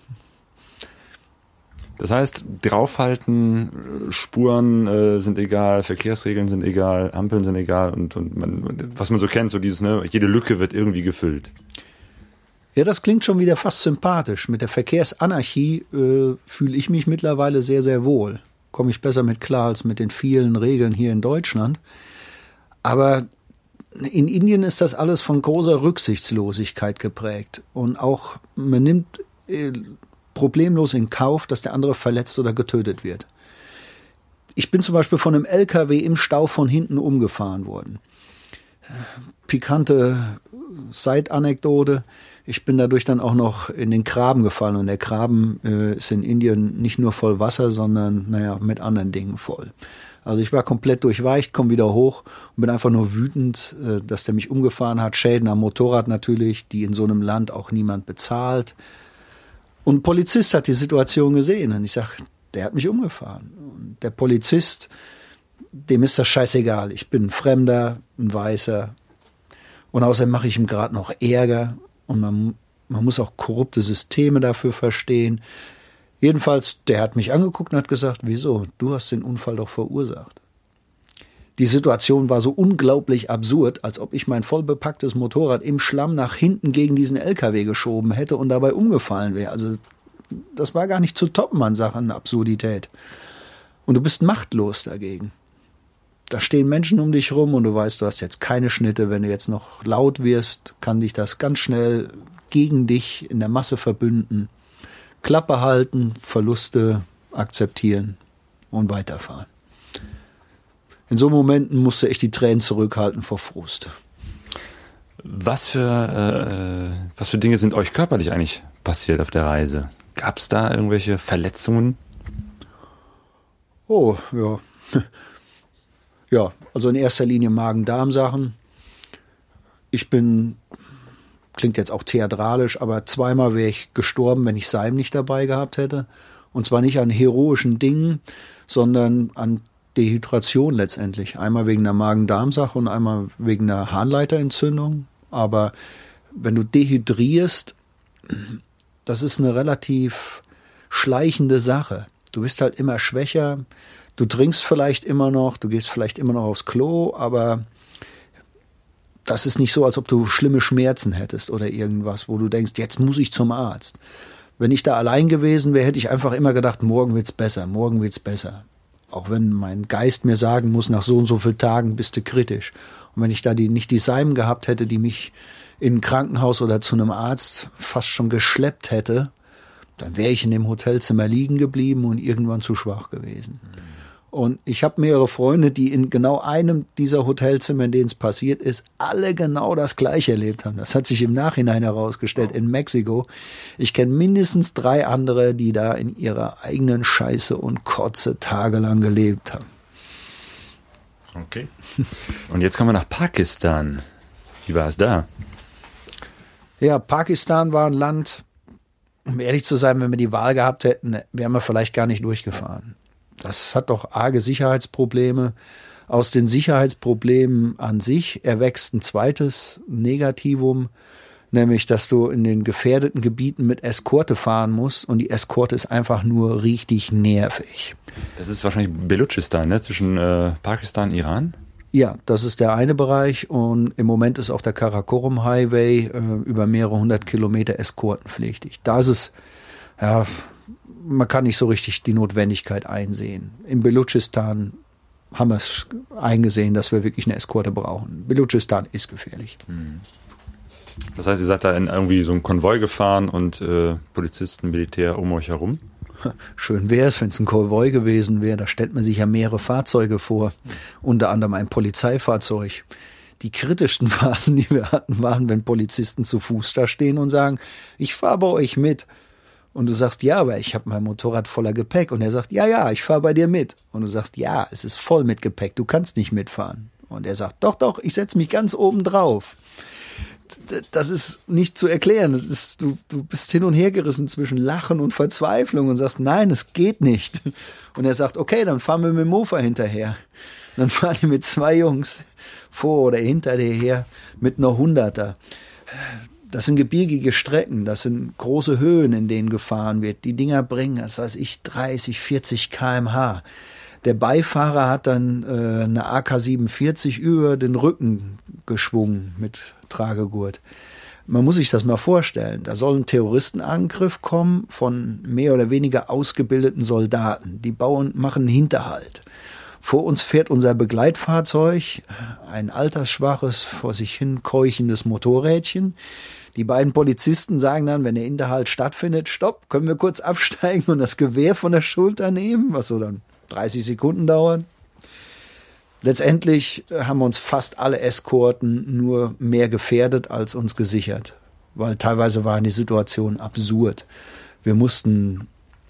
Das heißt, draufhalten, Spuren sind egal, Verkehrsregeln sind egal, Ampeln sind egal und was man so kennt, so dieses, ne, jede Lücke wird irgendwie gefüllt. Ja, das klingt schon wieder fast sympathisch. Mit der Verkehrsanarchie fühle ich mich mittlerweile sehr, sehr wohl. Komme ich besser mit klar als mit den vielen Regeln hier in Deutschland. Aber in Indien ist das alles von großer Rücksichtslosigkeit geprägt. Und auch man nimmt problemlos in Kauf, dass der andere verletzt oder getötet wird. Ich bin zum Beispiel von einem LKW im Stau von hinten umgefahren worden. Pikante Side-Anekdote. Ich bin dadurch dann auch noch in den Graben gefallen. Und der Graben ist in Indien nicht nur voll Wasser, sondern mit anderen Dingen voll. Also ich war komplett durchweicht, komme wieder hoch und bin einfach nur wütend, dass der mich umgefahren hat. Schäden am Motorrad natürlich, die in so einem Land auch niemand bezahlt. Und ein Polizist hat die Situation gesehen und ich sage, der hat mich umgefahren. Und der Polizist, dem ist das scheißegal. Ich bin ein Fremder, ein Weißer und außerdem mache ich ihm gerade noch Ärger und man muss auch korrupte Systeme dafür verstehen. Jedenfalls, der hat mich angeguckt und hat gesagt, wieso? Du hast den Unfall doch verursacht. Die Situation war so unglaublich absurd, als ob ich mein vollbepacktes Motorrad im Schlamm nach hinten gegen diesen LKW geschoben hätte und dabei umgefallen wäre. Also das war gar nicht zu toppen an Sachen Absurdität. Und du bist machtlos dagegen. Da stehen Menschen um dich rum und du weißt, du hast jetzt keine Schnitte. Wenn du jetzt noch laut wirst, kann dich das ganz schnell gegen dich in der Masse verbünden. Klappe halten, Verluste akzeptieren und weiterfahren. In so Momenten musste ich die Tränen zurückhalten vor Frust. Was für Dinge sind euch körperlich eigentlich passiert auf der Reise? Gab es da irgendwelche Verletzungen? Oh, ja. Ja, also in erster Linie Magen-Darm-Sachen. Klingt jetzt auch theatralisch, aber zweimal wäre ich gestorben, wenn ich Seim nicht dabei gehabt hätte. Und zwar nicht an heroischen Dingen, sondern an Dehydration letztendlich. Einmal wegen einer Magen-Darm-Sache und einmal wegen einer Harnleiterentzündung. Aber wenn du dehydrierst, das ist eine relativ schleichende Sache. Du bist halt immer schwächer, du trinkst vielleicht immer noch, du gehst vielleicht immer noch aufs Klo, aber das ist nicht so, als ob du schlimme Schmerzen hättest oder irgendwas, wo du denkst, jetzt muss ich zum Arzt. Wenn ich da allein gewesen wäre, hätte ich einfach immer gedacht, morgen wird's besser, morgen wird's besser. Auch wenn mein Geist mir sagen muss, nach so und so vielen Tagen bist du kritisch. Und wenn ich da nicht die Seimen gehabt hätte, die mich in ein Krankenhaus oder zu einem Arzt fast schon geschleppt hätte, dann wäre ich in dem Hotelzimmer liegen geblieben und irgendwann zu schwach gewesen. Und ich habe mehrere Freunde, die in genau einem dieser Hotelzimmer, in denen es passiert ist, alle genau das Gleiche erlebt haben. Das hat sich im Nachhinein herausgestellt in Mexiko. Ich kenne mindestens 3 andere, die da in ihrer eigenen Scheiße und Kotze tagelang gelebt haben. Okay. Und jetzt kommen wir nach Pakistan. Wie war es da? Ja, Pakistan war ein Land, um ehrlich zu sein, wenn wir die Wahl gehabt hätten, wären wir vielleicht gar nicht durchgefahren. Das hat doch arge Sicherheitsprobleme. Aus den Sicherheitsproblemen an sich erwächst ein zweites Negativum, nämlich, dass du in den gefährdeten Gebieten mit Eskorte fahren musst und die Eskorte ist einfach nur richtig nervig. Das ist wahrscheinlich Belutschistan, ne? Zwischen Pakistan und Iran? Ja, das ist der eine Bereich und im Moment ist auch der Karakorum Highway über mehrere 100 Kilometer eskortenpflichtig. Da ist es, ja, man kann nicht so richtig die Notwendigkeit einsehen. Im Belutschistan haben wir es eingesehen, dass wir wirklich eine Eskorte brauchen. Belutschistan ist gefährlich. Das heißt, ihr seid da in irgendwie so einem Konvoi gefahren und Polizisten, Militär um euch herum? Schön wäre es, wenn es ein Konvoi gewesen wäre. Da stellt man sich ja mehrere Fahrzeuge vor. Unter anderem ein Polizeifahrzeug. Die kritischsten Phasen, die wir hatten, waren, wenn Polizisten zu Fuß da stehen und sagen, ich fahre bei euch mit. Und du sagst, ja, aber ich habe mein Motorrad voller Gepäck. Und er sagt, ja, ich fahre bei dir mit. Und du sagst, ja, es ist voll mit Gepäck, du kannst nicht mitfahren. Und er sagt, doch, ich setze mich ganz oben drauf. Das ist nicht zu erklären. Du bist hin und her gerissen zwischen Lachen und Verzweiflung und sagst, nein, es geht nicht. Und er sagt, okay, dann fahren wir mit dem Mofa hinterher. Und dann fahren die mit 2 Jungs vor oder hinter dir her mit einer 100er. Das sind gebirgige Strecken, das sind große Höhen, in denen gefahren wird. Die Dinger bringen, 30, 40 km/h. Der Beifahrer hat dann eine AK-47 über den Rücken geschwungen mit Tragegurt. Man muss sich das mal vorstellen. Da soll ein Terroristenangriff kommen von mehr oder weniger ausgebildeten Soldaten. Die machen einen Hinterhalt. Vor uns fährt unser Begleitfahrzeug, ein altersschwaches, vor sich hin keuchendes Motorrädchen. Die beiden Polizisten sagen dann, wenn der Hinterhalt stattfindet, stopp, können wir kurz absteigen und das Gewehr von der Schulter nehmen, was so dann 30 Sekunden dauert. Letztendlich haben wir uns fast alle Eskorten nur mehr gefährdet als uns gesichert, weil teilweise waren die Situationen absurd. Wir mussten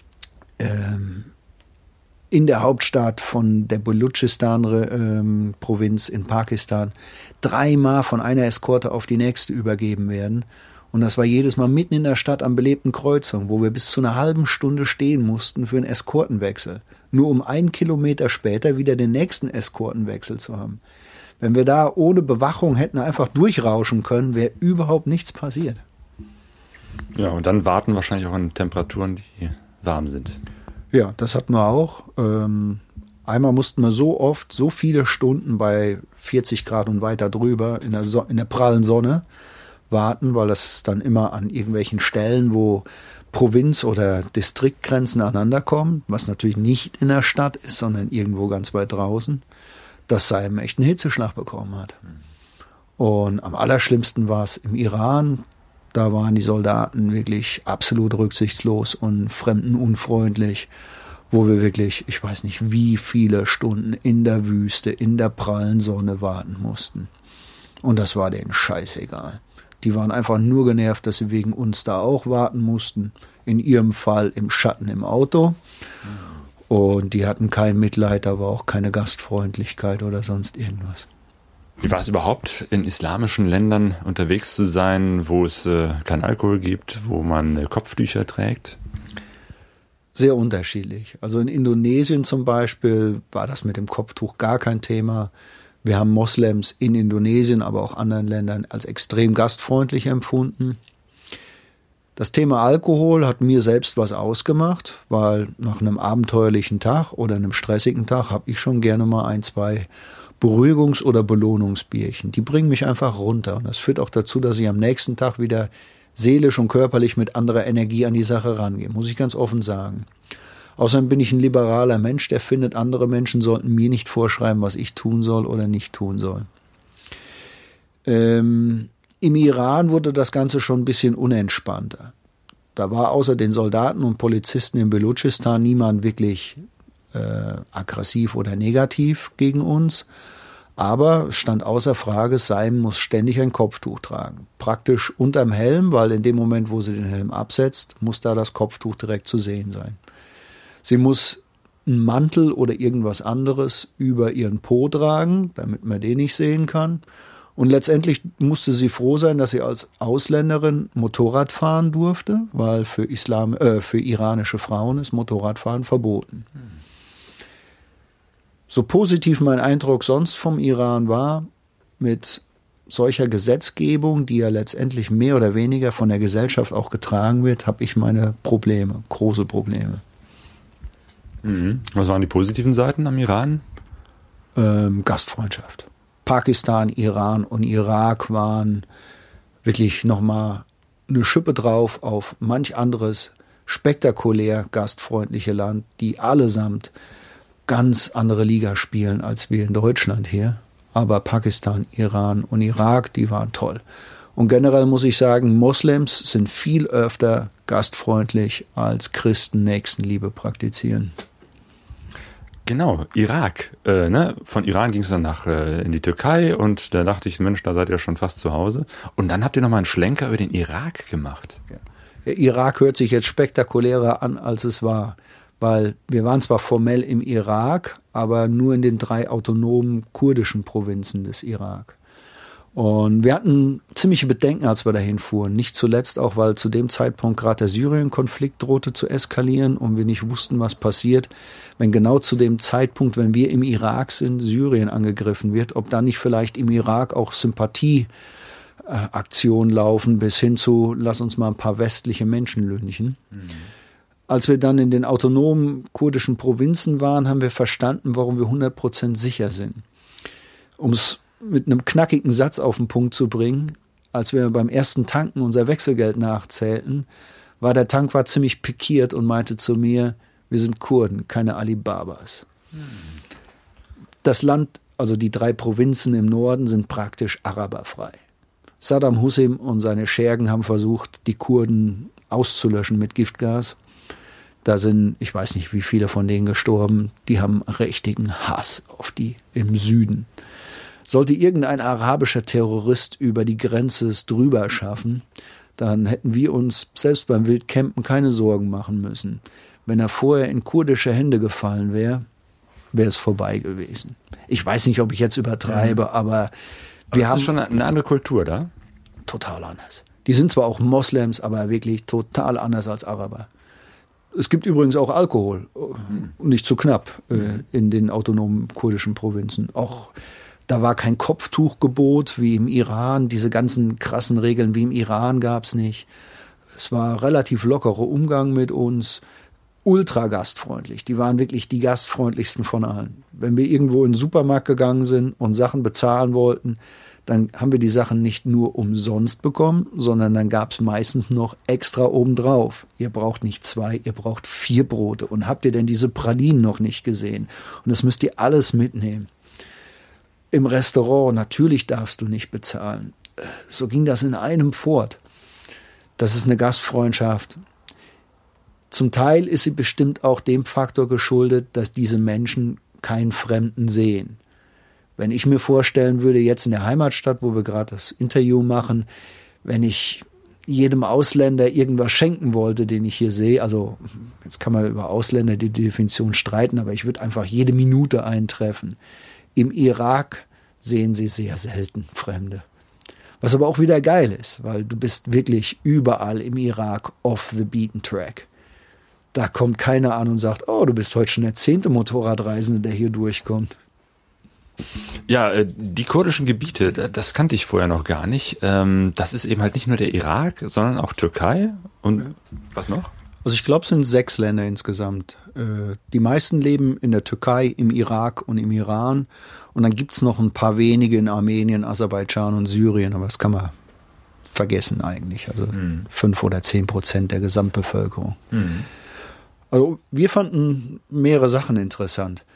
in der Hauptstadt von der Belutschistan-Provinz in Pakistan 3-mal von einer Eskorte auf die nächste übergeben werden. Und das war jedes Mal mitten in der Stadt an belebten Kreuzungen, wo wir bis zu einer halben Stunde stehen mussten für einen Eskortenwechsel. Nur um 1 Kilometer später wieder den nächsten Eskortenwechsel zu haben. Wenn wir da ohne Bewachung hätten einfach durchrauschen können, wäre überhaupt nichts passiert. Ja, und dann warten wahrscheinlich auch an Temperaturen, die warm sind. Ja, das hatten wir auch. Einmal mussten wir so oft, so viele Stunden bei 40 Grad und weiter drüber in der prallen Sonne warten, weil das dann immer an irgendwelchen Stellen, wo Provinz- oder Distriktgrenzen aneinander kommen, was natürlich nicht in der Stadt ist, sondern irgendwo ganz weit draußen, dass Seim echt einen Hitzeschlag bekommen hat. Und am allerschlimmsten war es im Iran. Da waren die Soldaten wirklich absolut rücksichtslos und fremdenunfreundlich, wo wir wirklich, ich weiß nicht wie viele Stunden in der Wüste, in der prallen Sonne warten mussten. Und das war denen scheißegal. Die waren einfach nur genervt, dass sie wegen uns da auch warten mussten. In ihrem Fall im Schatten im Auto. Und die hatten kein Mitleid, aber auch keine Gastfreundlichkeit oder sonst irgendwas. Wie war es überhaupt, in islamischen Ländern unterwegs zu sein, wo es keinen Alkohol gibt, wo man Kopftücher trägt? Sehr unterschiedlich. Also in Indonesien zum Beispiel war das mit dem Kopftuch gar kein Thema. Wir haben Moslems in Indonesien, aber auch anderen Ländern als extrem gastfreundlich empfunden. Das Thema Alkohol hat mir selbst was ausgemacht, weil nach einem abenteuerlichen Tag oder einem stressigen Tag habe ich schon gerne mal 1, 2 Beruhigungs- oder Belohnungsbierchen. Die bringen mich einfach runter. Und das führt auch dazu, dass ich am nächsten Tag wieder seelisch und körperlich mit anderer Energie an die Sache rangehe, muss ich ganz offen sagen. Außerdem bin ich ein liberaler Mensch, der findet, andere Menschen sollten mir nicht vorschreiben, was ich tun soll oder nicht tun soll. Im Iran wurde das Ganze schon ein bisschen unentspannter. Da war außer den Soldaten und Polizisten in Belutschistan niemand wirklich aggressiv oder negativ gegen uns. Aber es stand außer Frage, Saim muss ständig ein Kopftuch tragen. Praktisch unterm Helm, weil in dem Moment, wo sie den Helm absetzt, muss da das Kopftuch direkt zu sehen sein. Sie muss einen Mantel oder irgendwas anderes über ihren Po tragen, damit man den nicht sehen kann. Und letztendlich musste sie froh sein, dass sie als Ausländerin Motorrad fahren durfte, weil für iranische Frauen ist Motorradfahren verboten. So positiv mein Eindruck sonst vom Iran war, mit solcher Gesetzgebung, die ja letztendlich mehr oder weniger von der Gesellschaft auch getragen wird, habe ich meine Probleme, große Probleme. Was waren die positiven Seiten am Iran? Gastfreundschaft. Pakistan, Iran und Irak waren wirklich nochmal eine Schippe drauf auf manch anderes spektakulär gastfreundliche Land, die allesamt ganz andere Liga spielen als wir in Deutschland hier. Aber Pakistan, Iran und Irak, die waren toll. Und generell muss ich sagen, Moslems sind viel öfter gastfreundlich als Christen Nächstenliebe praktizieren. Genau, Irak. Von Iran ging es dann in die Türkei und da dachte ich, Mensch, da seid ihr schon fast zu Hause. Und dann habt ihr nochmal einen Schlenker über den Irak gemacht. Ja. Der Irak hört sich jetzt spektakulärer an, als es war. Weil wir waren zwar formell im Irak, aber nur in den 3 autonomen kurdischen Provinzen des Irak. Und wir hatten ziemliche Bedenken, als wir dahin fuhren. Nicht zuletzt auch, weil zu dem Zeitpunkt gerade der Syrien-Konflikt drohte zu eskalieren und wir nicht wussten, was passiert, wenn genau zu dem Zeitpunkt, wenn wir im Irak sind, Syrien angegriffen wird, ob da nicht vielleicht im Irak auch Sympathieaktionen laufen, bis hin zu, lass uns mal ein paar westliche Menschen lynchen. Als wir dann in den autonomen kurdischen Provinzen waren, haben wir verstanden, warum wir 100% sicher sind. Um es mit einem knackigen Satz auf den Punkt zu bringen, als wir beim ersten Tanken unser Wechselgeld nachzählten, war der Tankwart ziemlich pikiert und meinte zu mir, wir sind Kurden, keine Alibabas. Das Land, also die 3 Provinzen im Norden, sind praktisch araberfrei. Saddam Hussein und seine Schergen haben versucht, die Kurden auszulöschen mit Giftgas. Da sind, ich weiß nicht, wie viele von denen gestorben. Die haben richtigen Hass auf die im Süden. Sollte irgendein arabischer Terrorist über die Grenze es drüber schaffen, dann hätten wir uns selbst beim Wildcampen keine Sorgen machen müssen. Wenn er vorher in kurdische Hände gefallen wäre, wäre es vorbei gewesen. Ich weiß nicht, ob ich jetzt übertreibe, aber wir haben... Das ist schon eine andere Kultur da? Total anders. Die sind zwar auch Moslems, aber wirklich total anders als Araber. Es gibt übrigens auch Alkohol, nicht zu knapp, in den autonomen kurdischen Provinzen. Auch da war kein Kopftuchgebot wie im Iran. Diese ganzen krassen Regeln wie im Iran gab es nicht. Es war relativ lockerer Umgang mit uns, ultra gastfreundlich. Die waren wirklich die gastfreundlichsten von allen. Wenn wir irgendwo in den Supermarkt gegangen sind und Sachen bezahlen wollten, dann haben wir die Sachen nicht nur umsonst bekommen, sondern dann gab es meistens noch extra obendrauf. Ihr braucht nicht 2, ihr braucht 4 Brote. Und habt ihr denn diese Pralinen noch nicht gesehen? Und das müsst ihr alles mitnehmen. Im Restaurant, natürlich darfst du nicht bezahlen. So ging das in einem fort. Das ist eine Gastfreundschaft. Zum Teil ist sie bestimmt auch dem Faktor geschuldet, dass diese Menschen keinen Fremden sehen. Wenn ich mir vorstellen würde, jetzt in der Heimatstadt, wo wir gerade das Interview machen, wenn ich jedem Ausländer irgendwas schenken wollte, den ich hier sehe, also jetzt kann man über Ausländer die Definition streiten, aber ich würde einfach jede Minute eintreffen. Im Irak sehen sie sehr selten Fremde. Was aber auch wieder geil ist, weil du bist wirklich überall im Irak off the beaten track. Da kommt keiner an und sagt, oh, du bist heute schon der 10. Motorradreisende, der hier durchkommt. Ja, die kurdischen Gebiete, das kannte ich vorher noch gar nicht. Das ist eben halt nicht nur der Irak, sondern auch Türkei und was noch? Also ich glaube, es sind 6 Länder insgesamt. Die meisten leben in der Türkei, im Irak und im Iran. Und dann gibt es noch ein paar wenige in Armenien, Aserbaidschan und Syrien. Aber das kann man vergessen eigentlich. Also 5 oder 10% der Gesamtbevölkerung. Also Also wir fanden mehrere Sachen interessant.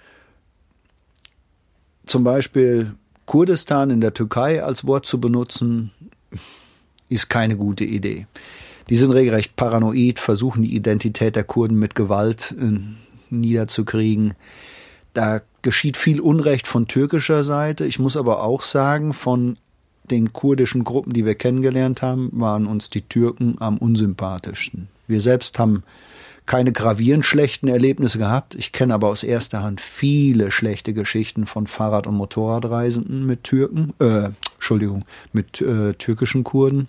Zum Beispiel Kurdistan in der Türkei als Wort zu benutzen, ist keine gute Idee. Die sind regelrecht paranoid, versuchen die Identität der Kurden mit Gewalt niederzukriegen. Da geschieht viel Unrecht von türkischer Seite. Ich muss aber auch sagen, von den kurdischen Gruppen, die wir kennengelernt haben, waren uns die Türken am unsympathischsten. Wir selbst haben keine gravierend schlechten Erlebnisse gehabt. Ich kenne aber aus erster Hand viele schlechte Geschichten von Fahrrad- und Motorradreisenden mit türkischen Kurden.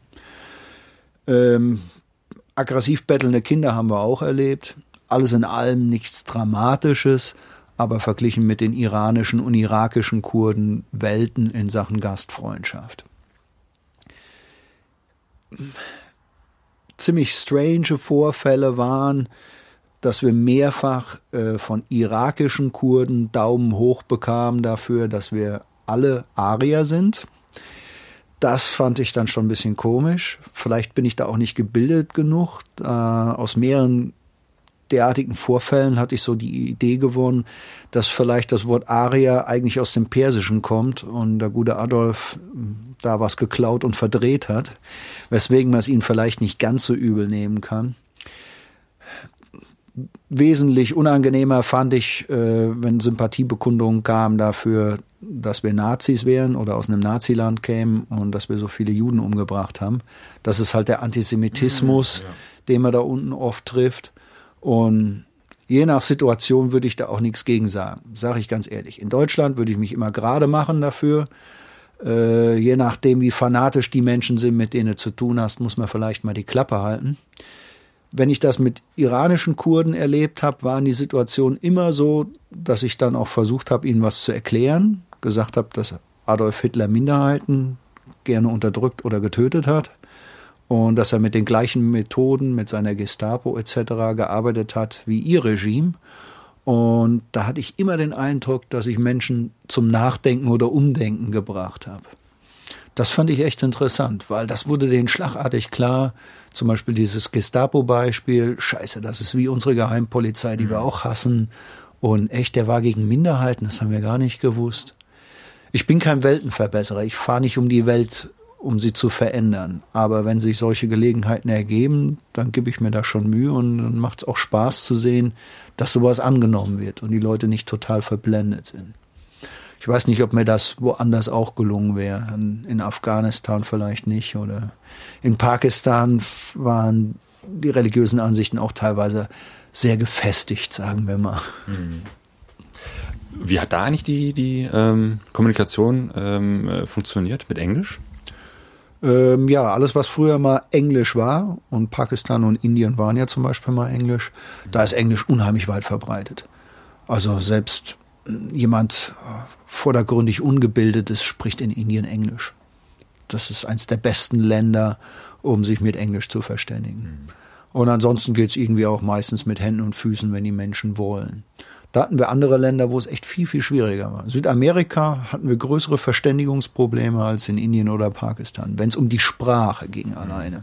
Aggressiv bettelnde Kinder haben wir auch erlebt. Alles in allem nichts Dramatisches, aber verglichen mit den iranischen und irakischen Kurden Welten in Sachen Gastfreundschaft. Ziemlich strange Vorfälle waren, dass wir mehrfach von irakischen Kurden Daumen hoch bekamen dafür, dass wir alle Arier sind. Das fand ich dann schon ein bisschen komisch. Vielleicht bin ich da auch nicht gebildet genug. Aus mehreren derartigen Vorfällen hatte ich so die Idee gewonnen, dass vielleicht das Wort Arier eigentlich aus dem Persischen kommt und der gute Adolf da was geklaut und verdreht hat, weswegen man es ihm vielleicht nicht ganz so übel nehmen kann. Wesentlich unangenehmer fand ich, wenn Sympathiebekundungen kamen dafür, dass wir Nazis wären oder aus einem Naziland kämen und dass wir so viele Juden umgebracht haben. Das ist halt der Antisemitismus, den man da unten oft trifft. Und je nach Situation würde ich da auch nichts gegen sagen, sage ich ganz ehrlich. In Deutschland würde ich mich immer gerade machen dafür. Je nachdem, wie fanatisch die Menschen sind, mit denen du zu tun hast, muss man vielleicht mal die Klappe halten. Wenn ich das mit iranischen Kurden erlebt habe, waren die Situationen immer so, dass ich dann auch versucht habe, ihnen was zu erklären. Gesagt habe, dass Adolf Hitler Minderheiten gerne unterdrückt oder getötet hat. Und dass er mit den gleichen Methoden, mit seiner Gestapo etc. gearbeitet hat wie ihr Regime. Und da hatte ich immer den Eindruck, dass ich Menschen zum Nachdenken oder Umdenken gebracht habe. Das fand ich echt interessant, weil das wurde denen schlagartig klar. Zum Beispiel dieses Gestapo-Beispiel. Scheiße, das ist wie unsere Geheimpolizei, die wir auch hassen. Und echt, der war gegen Minderheiten, das haben wir gar nicht gewusst. Ich bin kein Weltenverbesserer. Ich fahre nicht um die Welt, um sie zu verändern. Aber wenn sich solche Gelegenheiten ergeben, dann gebe ich mir da schon Mühe und dann macht es auch Spaß zu sehen, dass sowas angenommen wird und die Leute nicht total verblendet sind. Ich weiß nicht, ob mir das woanders auch gelungen wäre. In Afghanistan vielleicht nicht oder in Pakistan waren die religiösen Ansichten auch teilweise sehr gefestigt, sagen wir mal. Wie hat da eigentlich die Kommunikation funktioniert mit Englisch? Ja, alles, was früher mal Englisch war, und Pakistan und Indien waren ja zum Beispiel mal Englisch, da ist Englisch unheimlich weit verbreitet. Also selbst jemand vordergründig Ungebildetes spricht in Indien Englisch. Das ist eins der besten Länder, um sich mit Englisch zu verständigen. Und ansonsten geht es irgendwie auch meistens mit Händen und Füßen, wenn die Menschen wollen. Da hatten wir andere Länder, wo es echt viel, viel schwieriger war. In Südamerika hatten wir größere Verständigungsprobleme als in Indien oder Pakistan, wenn es um die Sprache ging alleine.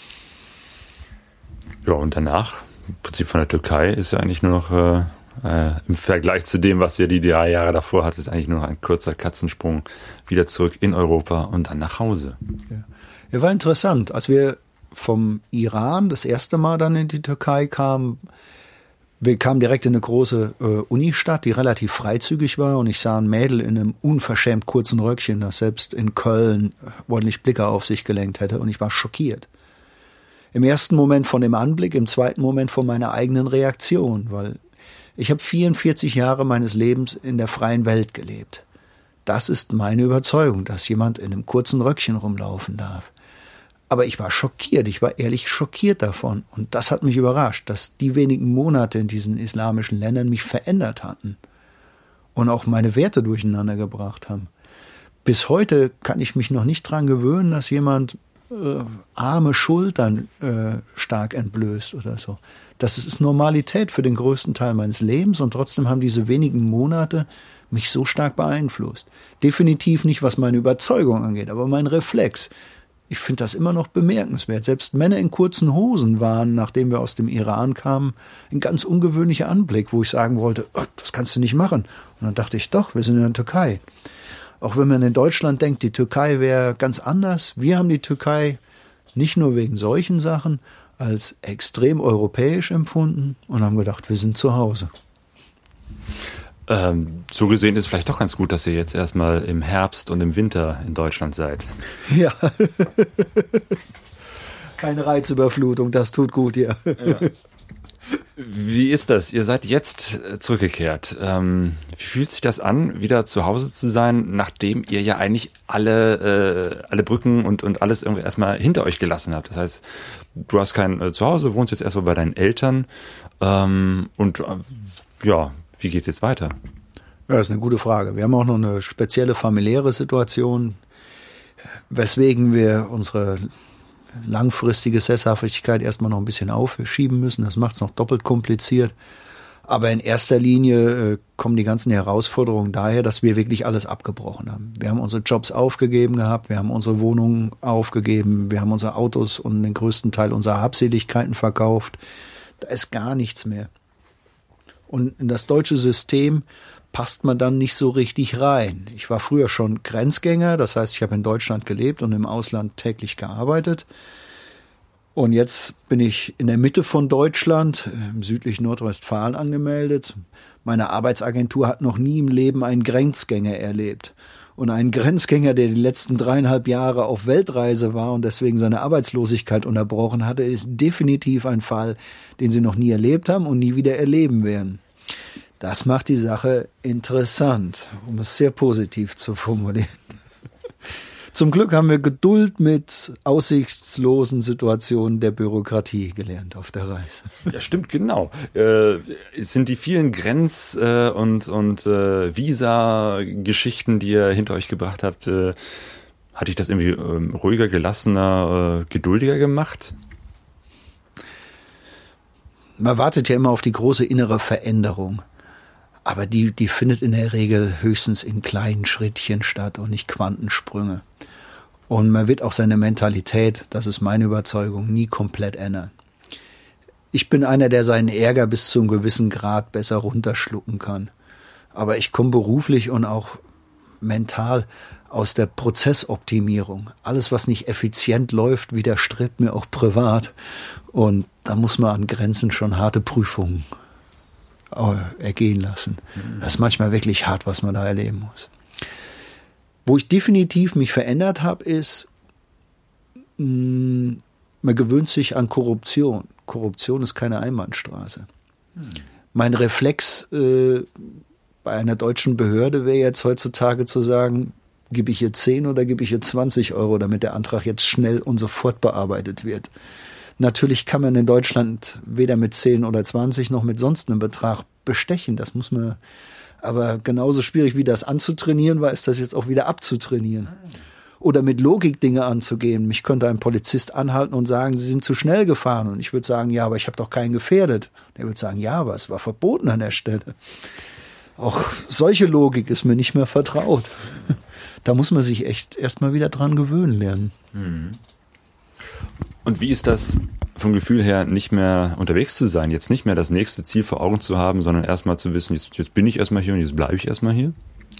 Ja, und danach, im Prinzip von der Türkei, ist ja eigentlich nur noch im Vergleich zu dem, was ihr die 3 Jahre davor hattet, eigentlich nur noch ein kurzer Katzensprung wieder zurück in Europa und dann nach Hause. Ja, war interessant. Als wir vom Iran das erste Mal dann in die Türkei kamen, wir kamen direkt in eine große Unistadt, die relativ freizügig war, und ich sah ein Mädel in einem unverschämt kurzen Röckchen, das selbst in Köln ordentlich Blicke auf sich gelenkt hätte, und ich war schockiert. Im ersten Moment von dem Anblick, im zweiten Moment von meiner eigenen Reaktion, weil ich habe 44 Jahre meines Lebens in der freien Welt gelebt. Das ist meine Überzeugung, dass jemand in einem kurzen Röckchen rumlaufen darf. Aber ich war schockiert, ich war ehrlich schockiert davon. Und das hat mich überrascht, dass die wenigen Monate in diesen islamischen Ländern mich verändert hatten und auch meine Werte durcheinander gebracht haben. Bis heute kann ich mich noch nicht dran gewöhnen, dass jemand arme Schultern stark entblößt oder so. Das ist Normalität für den größten Teil meines Lebens, und trotzdem haben diese wenigen Monate mich so stark beeinflusst. Definitiv nicht, was meine Überzeugung angeht, aber mein Reflex. Ich finde das immer noch bemerkenswert. Selbst Männer in kurzen Hosen waren, nachdem wir aus dem Iran kamen, ein ganz ungewöhnlicher Anblick, wo ich sagen wollte, oh, das kannst du nicht machen. Und dann dachte ich, doch, wir sind in der Türkei. Auch wenn man in Deutschland denkt, die Türkei wäre ganz anders. Wir haben die Türkei nicht nur wegen solchen Sachen als extrem europäisch empfunden und haben gedacht, wir sind zu Hause. So gesehen ist es vielleicht doch ganz gut, dass ihr jetzt erstmal im Herbst und im Winter in Deutschland seid. Ja. Keine Reizüberflutung, das tut gut, ja. Wie ist das? Ihr seid jetzt zurückgekehrt. Wie fühlt sich das an, wieder zu Hause zu sein, nachdem ihr ja eigentlich alle Brücken und alles irgendwie erstmal hinter euch gelassen habt? Das heißt, du hast kein Zuhause, wohnst jetzt erstmal bei deinen Eltern wie geht's jetzt weiter? Ja, das ist eine gute Frage. Wir haben auch noch eine spezielle familiäre Situation, weswegen wir unsere langfristige Sesshaftigkeit erstmal noch ein bisschen aufschieben müssen. Das macht es noch doppelt kompliziert. Aber in erster Linie kommen die ganzen Herausforderungen daher, dass wir wirklich alles abgebrochen haben. Wir haben unsere Jobs aufgegeben gehabt, wir haben unsere Wohnungen aufgegeben, wir haben unsere Autos und den größten Teil unserer Habseligkeiten verkauft. Da ist gar nichts mehr. Und in das deutsche System passt man dann nicht so richtig rein. Ich war früher schon Grenzgänger, das heißt, ich habe in Deutschland gelebt und im Ausland täglich gearbeitet. Und jetzt bin ich in der Mitte von Deutschland, im südlichen Nordrhein-Westfalen angemeldet. Meine Arbeitsagentur hat noch nie im Leben einen Grenzgänger erlebt. Und einen Grenzgänger, der die letzten 3,5 Jahre auf Weltreise war und deswegen seine Arbeitslosigkeit unterbrochen hatte, ist definitiv ein Fall, den sie noch nie erlebt haben und nie wieder erleben werden. Das macht die Sache interessant, um es sehr positiv zu formulieren. Zum Glück haben wir Geduld mit aussichtslosen Situationen der Bürokratie gelernt auf der Reise. Ja, stimmt, genau. Sind die vielen Grenz- und Visa-Geschichten, die ihr hinter euch gebracht habt, hat dich das irgendwie ruhiger, gelassener, geduldiger gemacht? Man wartet ja immer auf die große innere Veränderung. Aber die findet in der Regel höchstens in kleinen Schrittchen statt und nicht Quantensprünge. Und man wird auch seine Mentalität, das ist meine Überzeugung, nie komplett ändern. Ich bin einer, der seinen Ärger bis zu einem gewissen Grad besser runterschlucken kann. Aber ich komme beruflich und auch mental aus der Prozessoptimierung. Alles, was nicht effizient läuft, widerstrebt mir auch privat. Und da muss man an Grenzen schon harte Prüfungen ergehen lassen. Das ist manchmal wirklich hart, was man da erleben muss. Wo ich definitiv mich verändert habe, ist, man gewöhnt sich an Korruption. Korruption ist keine Einbahnstraße. Mein Reflex bei einer deutschen Behörde wäre jetzt heutzutage zu sagen, gebe ich hier 10 oder gebe ich hier 20 Euro, damit der Antrag jetzt schnell und sofort bearbeitet wird. Natürlich kann man in Deutschland weder mit 10 oder 20 noch mit sonst einem Betrag bestechen. Das muss man, aber genauso schwierig wie das anzutrainieren war, ist das jetzt auch wieder abzutrainieren. Oder mit Logik Dinge anzugehen. Mich könnte ein Polizist anhalten und sagen, Sie sind zu schnell gefahren. Und ich würde sagen, ja, aber ich habe doch keinen gefährdet. Der würde sagen, ja, aber es war verboten an der Stelle. Auch solche Logik ist mir nicht mehr vertraut. Da muss man sich echt erstmal wieder dran gewöhnen lernen. Und wie ist das vom Gefühl her, nicht mehr unterwegs zu sein, jetzt nicht mehr das nächste Ziel vor Augen zu haben, sondern erstmal zu wissen, jetzt bin ich erstmal hier und jetzt bleibe ich erstmal hier?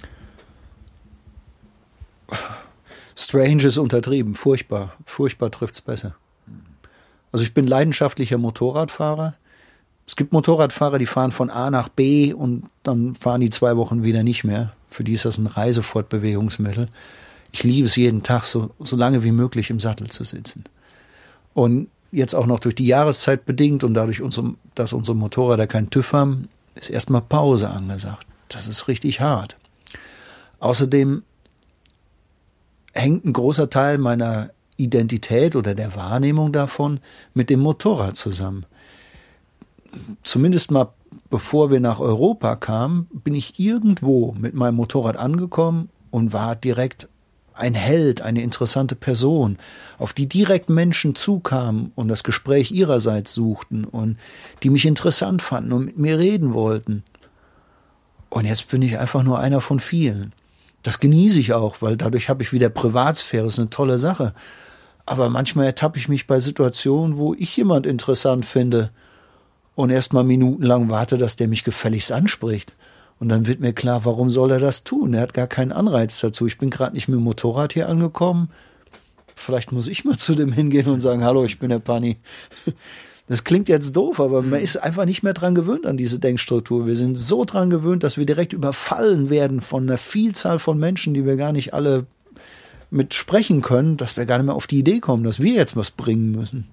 Strange ist untertrieben, furchtbar. Furchtbar trifft's besser. Also ich bin leidenschaftlicher Motorradfahrer. Es gibt Motorradfahrer, die fahren von A nach B und dann fahren die 2 Wochen wieder nicht mehr. Für die ist das ein Reisefortbewegungsmittel. Ich liebe es jeden Tag, so lange wie möglich im Sattel zu sitzen. Und jetzt auch noch durch die Jahreszeit bedingt und dadurch, dass unsere Motorräder keinen TÜV haben, ist erstmal Pause angesagt. Das ist richtig hart. Außerdem hängt ein großer Teil meiner Identität oder der Wahrnehmung davon mit dem Motorrad zusammen. Zumindest mal bevor wir nach Europa kamen, bin ich irgendwo mit meinem Motorrad angekommen und war direkt ein Held, eine interessante Person, auf die direkt Menschen zukamen und das Gespräch ihrerseits suchten und die mich interessant fanden und mit mir reden wollten. Und jetzt bin ich einfach nur einer von vielen. Das genieße ich auch, weil dadurch habe ich wieder Privatsphäre, das ist eine tolle Sache. Aber manchmal ertappe ich mich bei Situationen, wo ich jemand interessant finde und erst mal minutenlang warte, dass der mich gefälligst anspricht. Und dann wird mir klar, warum soll er das tun? Er hat gar keinen Anreiz dazu. Ich bin gerade nicht mit dem Motorrad hier angekommen. Vielleicht muss ich mal zu dem hingehen und sagen, hallo, ich bin der Pani. Das klingt jetzt doof, aber man ist einfach nicht mehr dran gewöhnt an diese Denkstruktur. Wir sind so dran gewöhnt, dass wir direkt überfallen werden von einer Vielzahl von Menschen, die wir gar nicht alle mit sprechen können, dass wir gar nicht mehr auf die Idee kommen, dass wir jetzt was bringen müssen.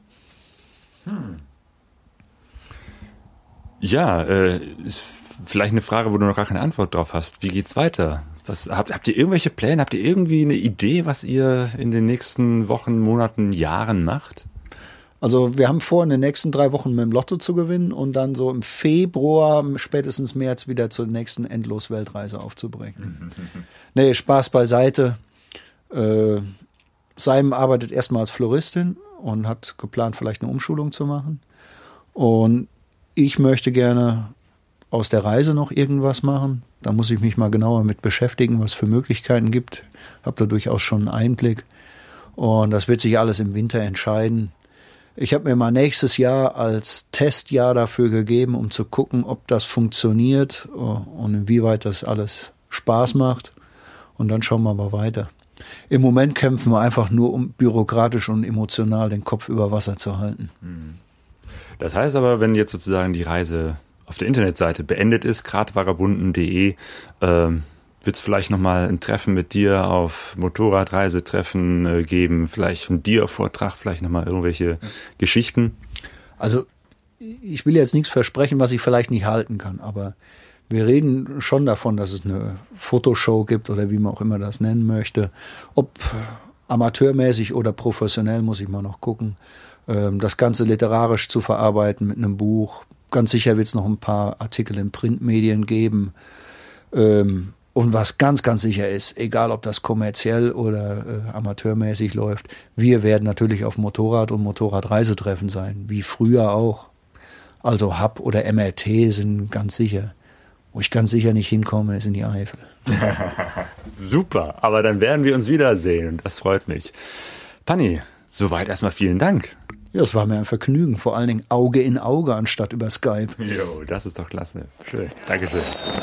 Ja, ist vielleicht eine Frage, wo du noch gar keine Antwort drauf hast. Wie geht's weiter? Habt ihr irgendwelche Pläne? Habt ihr irgendwie eine Idee, was ihr in den nächsten Wochen, Monaten, Jahren macht? Also wir haben vor, in den nächsten 3 Wochen mit dem Lotto zu gewinnen und dann so im Februar, spätestens März wieder zur nächsten Endlos-Weltreise aufzubrechen. Nee, Spaß beiseite. Simon arbeitet erstmal als Floristin und hat geplant, vielleicht eine Umschulung zu machen. Und ich möchte gerne aus der Reise noch irgendwas machen. Da muss ich mich mal genauer mit beschäftigen, was es für Möglichkeiten gibt. Habe da durchaus schon einen Einblick. Und das wird sich alles im Winter entscheiden. Ich habe mir mal nächstes Jahr als Testjahr dafür gegeben, um zu gucken, ob das funktioniert und inwieweit das alles Spaß macht. Und dann schauen wir mal weiter. Im Moment kämpfen wir einfach nur, um bürokratisch und emotional den Kopf über Wasser zu halten. Das heißt aber, wenn jetzt sozusagen die Reise auf der Internetseite beendet ist, gradvagabunden.de, wird es vielleicht nochmal ein Treffen mit dir auf Motorradreisetreffen geben, vielleicht ein Dia-Vortrag, vielleicht nochmal irgendwelche Geschichten? Also ich will jetzt nichts versprechen, was ich vielleicht nicht halten kann, aber wir reden schon davon, dass es eine Fotoshow gibt oder wie man auch immer das nennen möchte. Ob amateurmäßig oder professionell, muss ich mal noch gucken. Das Ganze literarisch zu verarbeiten mit einem Buch. Ganz sicher wird es noch ein paar Artikel in Printmedien geben. Und was ganz, ganz sicher ist, egal ob das kommerziell oder amateurmäßig läuft, wir werden natürlich auf Motorrad- und Motorradreisetreffen sein, wie früher auch. Also Hub oder MRT sind ganz sicher. Wo ich ganz sicher nicht hinkomme, ist in die Eifel. Super, aber dann werden wir uns wiedersehen und das freut mich. Pani, soweit erstmal vielen Dank. Ja, es war mir ein Vergnügen, vor allen Dingen Auge in Auge anstatt über Skype. Jo, das ist doch klasse. Schön, Dankeschön.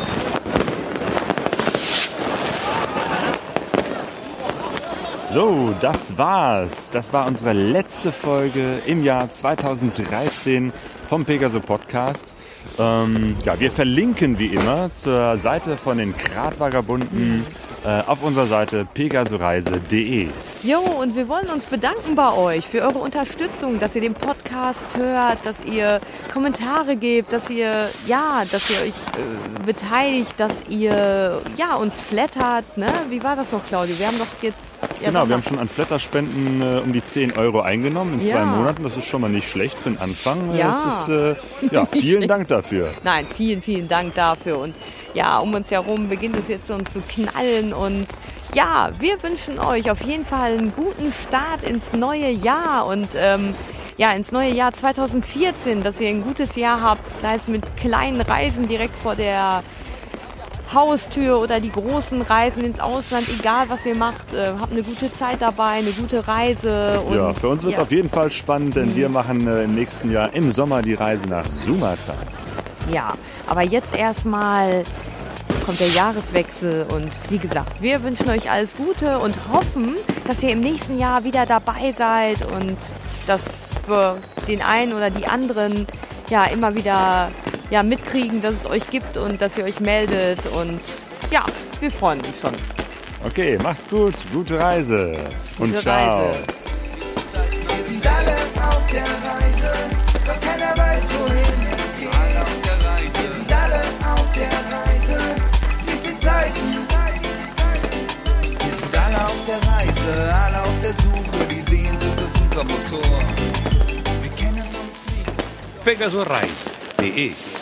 So, das war's. Das war unsere letzte Folge im Jahr 2013 vom Pegaso Podcast. Wir verlinken wie immer zur Seite von den Gradvagabunden auf unserer Seite pegasoreise.de. Jo, und wir wollen uns bedanken bei euch für eure Unterstützung, dass ihr den Podcast hört, dass ihr Kommentare gebt, dass ihr euch beteiligt, dass ihr uns flattert. Ne? Wie war das noch, Claudio? Wir haben doch jetzt... wir haben schon an Flatterspenden um die 10 € eingenommen in 2 Monaten. Das ist schon mal nicht schlecht für den Anfang. Vielen Dank dafür. Nein, vielen, vielen Dank dafür. Und ja, um uns herum beginnt es jetzt schon zu knallen. Und ja, wir wünschen euch auf jeden Fall einen guten Start ins neue Jahr. Und ins neue Jahr 2014, dass ihr ein gutes Jahr habt, sei es mit kleinen Reisen direkt vor der Haustür oder die großen Reisen ins Ausland, egal was ihr macht, habt eine gute Zeit dabei, eine gute Reise. Und ja, für uns wird es auf jeden Fall spannend, denn wir machen im nächsten Jahr im Sommer die Reise nach Sumatra. Ja, aber jetzt erstmal kommt der Jahreswechsel und wie gesagt, wir wünschen euch alles Gute und hoffen, dass ihr im nächsten Jahr wieder dabei seid und dass wir den einen oder die anderen immer wieder mitkriegen, dass es euch gibt und dass ihr euch meldet und wir freuen uns schon. Okay, macht's gut, gute Reise und ciao. Reise. Wir sind alle auf der Reise, doch keiner weiß, wohin es geht. Alle auf der Reise. Wir sind alle auf der Reise, lies die Zeichen. Wir sind alle auf der Reise, alle auf der Suche, die Sehnsucht ist unser Motor. Wir kennen uns nicht. pegasoreise.de